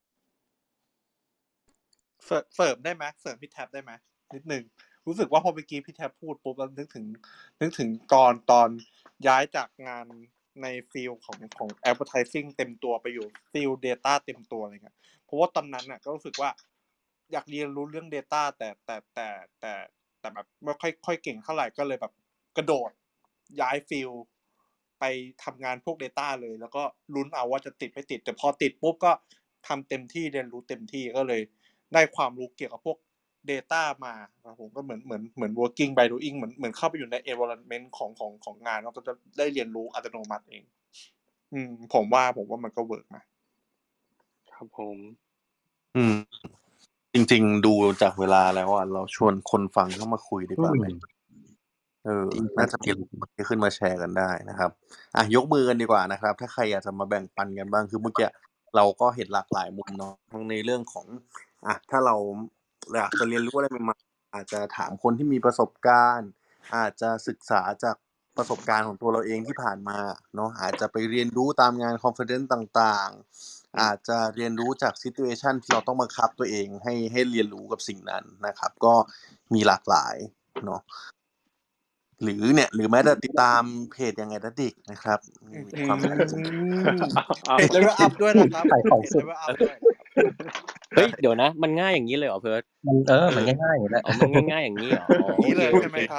เสริมได้ไหมเสริมพี่แท็บได้ไหมนิดนึงรู้สึกว่าพอเมื่อกี้พี่แท็บพูดปุ๊บแล้วนึกถึงนึกถึงตอนตอนย้ายจากงานในฟิลของของ advertising เต็มตัวไปอยู่ฟิล data เต็มตัวอะไรเงี้ยเพราะว่าตอนนั้นน่ะก็รู้สึกว่าอยากเรียนรู้เรื่อง data แต่แต่แต่แต่แต่แบบไม่ค่อยค่อยเก่งเท่าไหร่ก็เลยแบบกระโดดย้ายฟิลไปทำงานพวก data เลยแล้วก็ลุ้นเอาว่าจะติดไม่ติดแต่พอติดปุ๊บก็ทำเต็มที่เรียนรู้เต็มที่ก็เลยได้ความรู้เกี่ยวกับพวก data มาครับผมก็เหมือนเหมือนเหมือน working by doing เหมือนเหมือนเข้าไปอยู่ใน environment ของของของงานแล้วก็จะได้เรียนรู้อัตโนมัติเองอืมผมว่าผมว่ามันก็เวิร์กนะครับผมอืม จริงๆดูจากเวลาแล้วอ่ะเราชวนคนฟังเข้ามาคุยดีกว่าไหมเออน่าจะมีอะไรขึ้นมาแชร์กันได้นะครับอ่ะยกมือกันดีกว่านะครับถ้าใครอยากจะมาแบ่งปันกันบ้างคือเมื่อกี้เราก็เห็นหลากหลายมุมเนาะทั้งในเรื่องของอ่ะถ้าเราอยากจะเรียนรู้อะไรใหม่ๆอาจจะถามคนที่มีประสบการณ์อาจจะศึกษาจากประสบการณ์ของตัวเราเองที่ผ่านมาเนาะอาจจะไปเรียนรู้ตามงานคอนเฟอเรนซ์ต่างๆอาจจะเรียนรู้จากซิทูเอชันที่เราต้องบังคับตัวเองให้ให้เรียนรู้กับสิ่งนั้นนะครับก็มีหลากหลายเนาะหรือเนี่ยหรือแม้แต่ติดตามเพจยังไงดัดดิกนะครับมีความสนุกเพจ level up ด้วยนะครับขายของเพจสุด level up ด้วยเฮ้ยเดี๋ยวนะมันง่ายอย่างนี้เลยเหรอเพิร์ทมันเออมันง่ายๆอย่างนี้แหละอ๋อมันง่ายๆอย่างนี้เหรออ๋ออย่างโอนี้เคเลยโอใช่ไหเคมครับ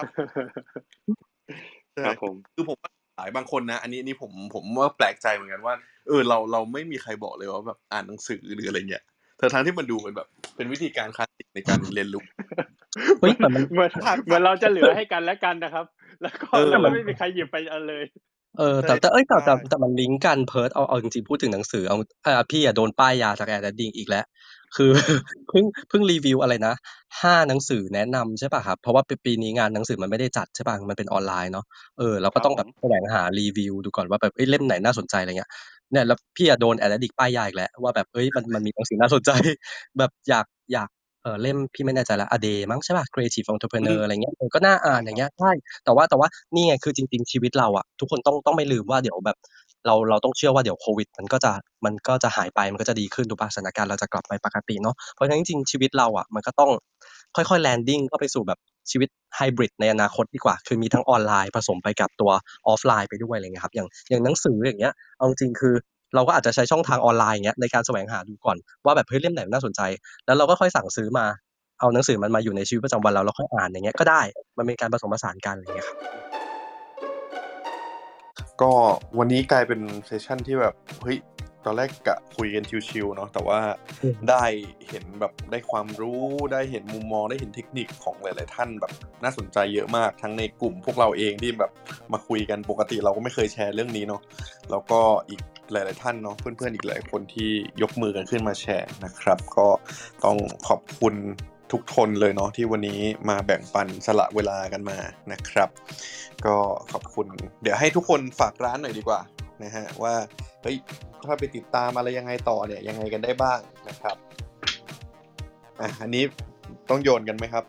ครับผมคือผมว่าหลายบางคนนะอันนี้นี่ผมผมว่าแปลกใจเหมือนกันว่าเออเราเราไม่มีใครบอกเลยว่าแบบอ่านหนังสือหรืออะไรเงี้ยแต่ทั้งที่มันดูเป็นแบบเป็นวิธีการคลาสสิกในการเรียนรู้เฮ้ยแต่มันเหมือนเหมือนเราจะเหลือให้กันและกันนะครับ แล้วก็เออแล้วก็ไม่มีใครหยิบไปเอาเลยเออแต่แต่เอ้ยแต่แต่ใช่แต่มันลิงก์กันเพิร์ทเอาเอาจริงๆพูดถึงหนังสือเอาอ่าพี่อะโดนป้ายยาจากแอดดิงอีกแล้วคือ เพิ่งเพิ่งรีวิวอะไรนะห้าหนังสือแนะนำใช่ป่ะครับเพราะว่าปีนี้งานหนังสือมันไม่ได้จัดใช่ป่ะมันเป็นออนไลน์เนาะเออเราก็ต้องแบบแสวงหารีวิวดูก่อนว่าแบบเอ้ยเล่มไหนน่าสนใจอะไรเงี้ยเนี่ยแล้วพี่อะโดนแอดดิกป้ายยาอีกแล้วว่าแบบเอ้ยมันมันมีหนังสือน่าสนใจ แบบอยากอยากเออเล่มพี่ไม่แน่ใจละอเดมั้งใช่ป่ะ Creative Entrepreneur อะไรเงี้ยเออก็น่าอ่านอย่างเงี้ยใช่แต่ว่าแต่ว่านี่ไงคือจริงๆชีวิตเราอะทุกคนต้องต้องไม่ลืมว่าเดี๋ยวแบบเราเราต้องเชื่อว่าเดี๋ยวโควิดมันก็จะมันก็จะหายไปมันก็จะดีขึ้นถูกป่ะสถานการณ์เราจะกลับไปปกติเนาะเพราะฉะนั้นจริงๆชีวิตเราอะมันก็ต้องค่อยๆ landing เข้าไปสู่แบบชีวิตไฮบริดในอนาคตดีกว่าคือมีทั้งออนไลน์ผสมไปกับตัวออฟไลน์ไปด้วยอะไรเงี้ยครับอย่างอย่างหนังสืออย่างเงี้ยเอาจริงๆคือเราก็อาจจะใช้ช่องทางออนไลน์อย่างเงี้ยในการแสวงหาดูก่อนว่าแบบเฮ้ยเล่มไหนน่าสนใจแล้วเราก็ค่อยสั่งซื้อมาเอาหนังสือมันมาอยู่ในชีวิตประจำวันเราแล้วค่อยอ่านอย่างเงี้ยก็ได้มันเป็นการผสมผสานกันอะไรเงี้ยครับก็วันนี้กลายเป็นเซสชั่นที่แบบเฮ้ยตอนแรกกะคุยกันชิวๆเนาะแต่ว่าได้เห็นแบบได้ความรู้ได้เห็นมุมมองได้เห็นเทคนิคของหลายๆท่านแบบน่าสนใจเยอะมากทั้งในกลุ่มพวกเราเองที่แบบมาคุยกันปกติเราก็ไม่เคยแชร์เรื่องนี้เนาะแล้วก็อีกหลายๆท่านเนาะเพื่อนๆอีกหลายคนที่ยกมือกันขึ้นมาแชร์นะครับก็ต้องขอบคุณทุกคนเลยเนาะที่วันนี้มาแบ่งปันสละเวลากันมานะครับก็ขอบคุณเดี๋ยวให้ทุกคนฝากร้านหน่อยดีกว่านะฮะว่าเฮ้ยถ้าไปติดตามอะไรยังไงต่อเนี่ยยังไงกันได้บ้างนะครับอ่ะอันนี้ต้องโยนกันไหมครับ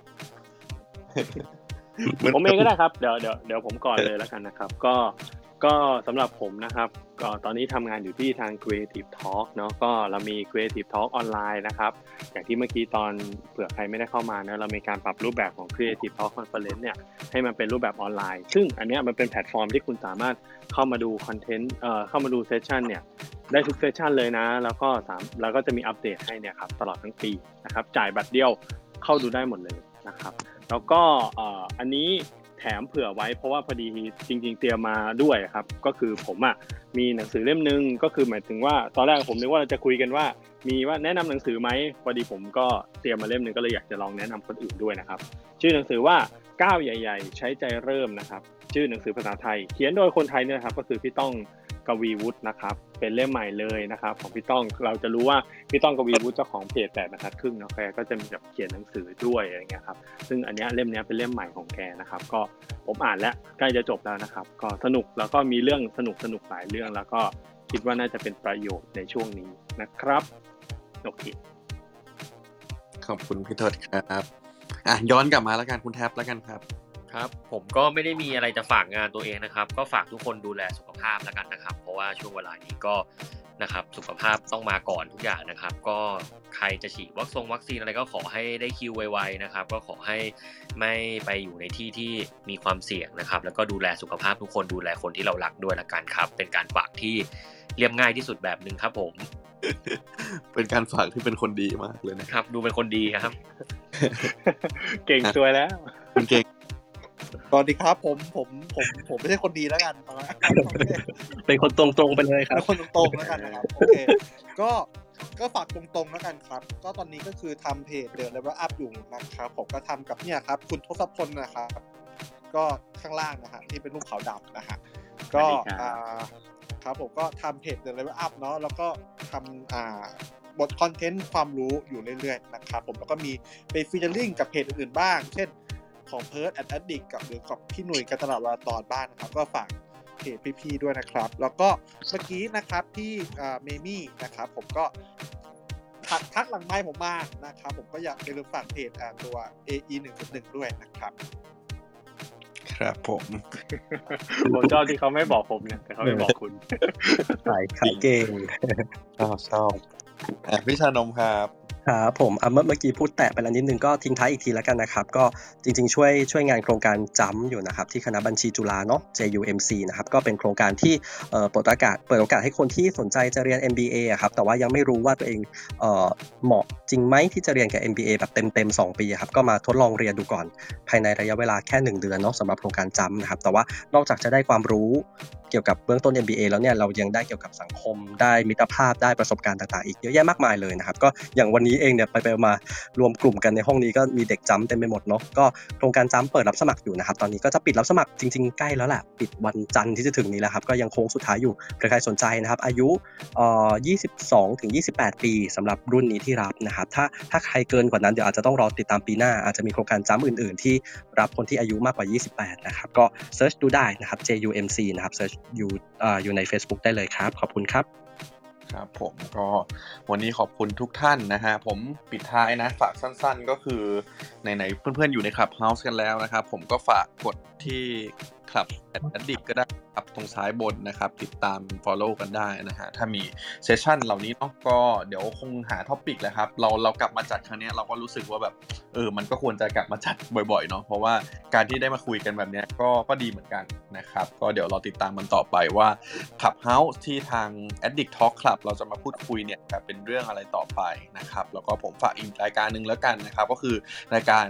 ผมเองก็ได้ครับเดี๋ยวเดี๋ยวเดี๋ยวผมก่อนเลยแล้วกันนะครับก็ก็สำหรับผมนะครับก็ตอนนี้ทำงานอยู่ที่ทาง Creative Talk เนาะก็เรามี Creative Talk ออนไลน์นะครับอย่างที่เมื่อกี้ตอนเผื่อใครไม่ได้เข้ามานะเรามีการปรับรูปแบบของ Creative Talk Conference เนี่ยให้มันเป็นรูปแบบออนไลน์ซึ่งอันเนี้ยมันเป็นแพลตฟอร์มที่คุณสามารถเข้ามาดูคอนเทนต์เอ่อเข้ามาดูเซสชั่นเนี่ยได้ทุกเซสชั่นเลยนะแล้วก็สามแล้วก็จะมีอัปเดตให้เนี่ยครับตลอดทั้งปีนะครับจ่ายบัตรเดียวเข้าดูได้หมดเลยนะครับแล้วก็เอ่ออันนี้แถมเผื่อไว้เพราะว่าพอดีจริงๆเตรียมมาด้วยครับก็คือผมอ่ะมีหนังสือเล่มนึงก็คือหมายถึงว่าตอนแรกผมนึกว่าเราจะคุยกันว่ามีว่าแนะนำหนังสือไหมพอดีผมก็เตรียมมาเล่มนึงก็เลยอยากจะลองแนะนำคนอื่นด้วยนะครับชื่อหนังสือว่าก้าวใหญ่ๆใช้ใจเริ่มนะครับชื่อหนังสือภาษาไทยเขียนโดยคนไทยเนี่ยครับก็คือพี่ต้องกวีวุฒินะครับเป็นเล่มใหม่เลยนะครับของพี่ต้องเราจะรู้ว่าพี่ต้องกวีวุฒิเจ้าของเพจแปดบรรทัดครึ่งเนาะแกก็จะมีแบบเขียนหนังสือด้วยอะไรเงี้ยครับซึ่งอันเนี้ยเล่มเนี้ยเป็นเล่มใหม่ของแกนะครับก็ผมอ่านแล้วใกล้จะจบแล้วนะครับก็สนุกแล้วก็มีเรื่องสนุกสนุกหลายเรื่องแล้วก็คิดว่าน่าจะเป็นประโยชน์ในช่วงนี้นะครับโอเคขอบคุณพี่ทศครับอ่ะย้อนกลับมาแล้วกันคุณแท็บแล้วกันครับครับผมก็ไม่ได้มีอะไรจะฝากงานตัวเองนะครับก็ฝากทุกคนดูแลสุขภาพแล้วกันนะครับเพราะว่าช่วงเวลานี้ก็นะครับสุขภาพต้องมาก่อนทุกอย่างนะครับก็ใครจะฉีดวัคซีนวัคซีนอะไรก็ขอให้ได้คิวไวๆนะครับก็ขอให้ไม่ไปอยู่ในที่ที่มีความเสี่ยงนะครับแล้วก็ดูแลสุขภาพทุกคนดูแลคนที่เรารักด้วยละกันครับเป็นการฝากที่เรียบง่ายที่สุดแบบนึงครับผมเป็นการฝากที่เป็นคนดีมากเลยนะครับดูเป็นคนดีครับเก่งช่วยแล้วคุณเก่งสวัสดีครับผมผมผมผมไม่ใช่คนดีแล้วกันเป็นคนตรงๆไปเลยครับเป็นคนตรงๆแล้วกันนะครับโอเคก็ก็ฝากตรงๆแล้วกันครับก็ตอนนี้ก็คือทำเพจเดินเลเวลอัพอยู่นะครับผมก็ทำกับเนี่ยครับคุณทศพลนะครับก็ข้างล่างนะฮะที่เป็นรูปขาวดำนะฮะก็อ่าครับผมก็ทำเพจเดินเลเวลอัพเนาะแล้วก็ทำอ่าบทคอนเทนต์ความรู้อยู่เรื่อยๆนะครับผมแล้วก็มีไปฟีเจอริ่งกับเพจอื่นๆบ้างเช่นของเพิร์ทแอดดิกกับหรือกับพี่หนุ่ยกันตลาดวาตอนบ้านนะครับก็ฝากเพจพี่ๆด้วยนะครับแล้วก็เมื่อกี้นะครับที่อ่าเมมี่นะครับผมก็ทักทักหลังไมค์ผมมานะครับผมก็อยากจะลืมฝากเพจอ่าตัว เอ อี หนึ่งจุดหนึ่ง ด้วยนะครับครับผมผมชอบที่เขาไม่บอกผมเนี่ยแต่เขาไม่บอกคุณขายขายเก่งชอบชอบอ่ะพี่ชานมครับครับผมเมื่อเมื่อกี้พูดแตะไปแล้วนิดนึงก็ทิ้งท้ายอีกทีแล้วกันนะครับก็จริงๆช่วยช่วยงานโครงการจัมป์อยู่นะครับที่คณะบัญชีจุฬาเนาะ เจ ยู เอ็ม ซี นะครับก็เป็นโครงการที่เอ่อเปิดโอกาสเปิดโอกาสให้คนที่สนใจจะเรียน เอ็ม บี เอ อ่ะครับแต่ว่ายังไม่รู้ว่าตัวเองเอ่อเหมาะจริงไหมที่จะเรียนกับ เอ็ม บี เอ แบบเต็มๆสองปีครับก็มาทดลองเรียนดูก่อนภายในระยะเวลาแค่หนึ่งเดือนเนาะสำหรับโครงการจัมป์นะครับแต่ว่านอกจากจะได้ความรู้เกี่ยวกับเบื้องต้น เอ็ม บี เอ แล้วเนี่ยเรายังได้เกี่ยวกับสังคมได้มิตรภาพได้ประสบการณ์ต่างๆอีกเยอะแยะมากมายเลยนะครับก็อย่างวันนี้เองเนี่ยไปไปมารวมกลุ่มกันในห้องนี้ก็มีเด็กจัมป์เต็มไปหมดเนาะก็โครงการจัมป์เปิดรับสมัครอยู่นะครับตอนนี้ก็จะปิดรับสมัครจริงๆใกล้แล้วแหละปิดวันจันทร์ที่จะถึงนี้แล้วครับก็ยังโค้งสุดท้ายอยู่ใครๆสนใจนะครับอายุเอ่อยี่สิบสองถึงยี่สิบแปดปีสำหรับรุ่นนี้ที่รับนะครับถ้าถ้าใครเกินกว่านั้นเดี๋ยวอาจจะต้องรอติดตามปีหน้าอาจจะมีโครงการจัมป์อื่นๆที่รับคนที่อายุมากกว่ายี่สิบแปดนะครับก็เสิร์ชดูได้นะครับ เจ ยู เอ็ม ซี นะครับเสิร์ชอยู่อ่าอยู่ใน Facebook ได้เลยครับขอบคุณครับครับผมก็วันนี้ขอบคุณทุกท่านนะฮะผมปิดท้ายนะฝากสั้นๆก็คือไหนๆเพื่อนๆอยู่ใน Clubhouse กันแล้วนะครับผมก็ฝากกดที่ Club Addict ก็ได้ครับตรงซ้ายบนนะครับติดตาม follow กันได้นะฮะถ้ามีเซสชั่นเหล่านี้เนาะก็เดี๋ยวคงหาท็อปิกแหละครับเราเรากลับมาจัดครั้งนี้เราก็รู้สึกว่าแบบเออมันก็ควรจะกลับมาจัดบ่อยๆเนาะเพราะว่าการที่ได้มาคุยกันแบบนี้ก็ก็ดีเหมือนกันนะครับก็เดี๋ยวเราติดตามมันต่อไปว่า Clubhouse ที่ทาง Addict Talk Club เราจะมาพูดคุยเนี่ยจะเป็นเรื่องอะไรต่อไปนะครับแล้วก็ผมฝากอีกรายการนึงแล้วกันนะครับก็คือรายการ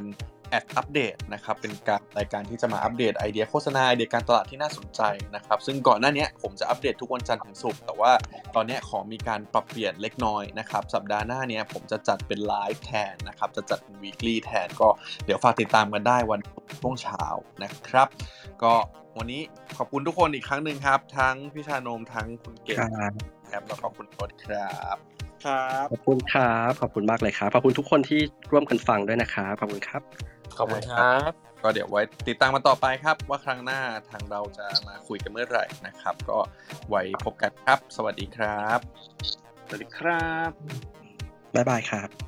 แอดอัปเดตนะครับเป็นการรายการที่จะมาอัปเดตไอเดียโฆษณาไอเดียการตลาดที่น่าสนใจนะครับซึ่งก่อนหน้านี้ผมจะอัปเดตทุกวันจันทร์ถึงศุกร์แต่ว่าตอนนี้ขอมีการปรับเปลี่ยนเล็กน้อยนะครับสัปดาห์หน้านี้ผมจะจัดเป็นไลฟ์แทนนะครับจะจัดเป็น weekly แทนก็เดี๋ยวฝากติดตามกันได้วันช่วงเช้านะครับก็วันนี้ขอบคุณทุกคนอีกครั้งนึงครับทั้งพี่ชานมทั้งคุณเก่งครับแล้วก็คุณโค้ชครับครับขอบคุณครับขอบคุณมากเลยครับขอบคุณทุกคนที่ร่วมกันฟังด้วยนะครับขอบคุณครับขอบคุณครับก็เดี๋ยวไว้ติดตามกันต่อไปครับว่าครั้งหน้าทางเราจะมาคุยกันเมื่อไหร่นะครับก็ไว้พบกันครับสวัสดีครับสวัสดีครับบ๊ายบายครับ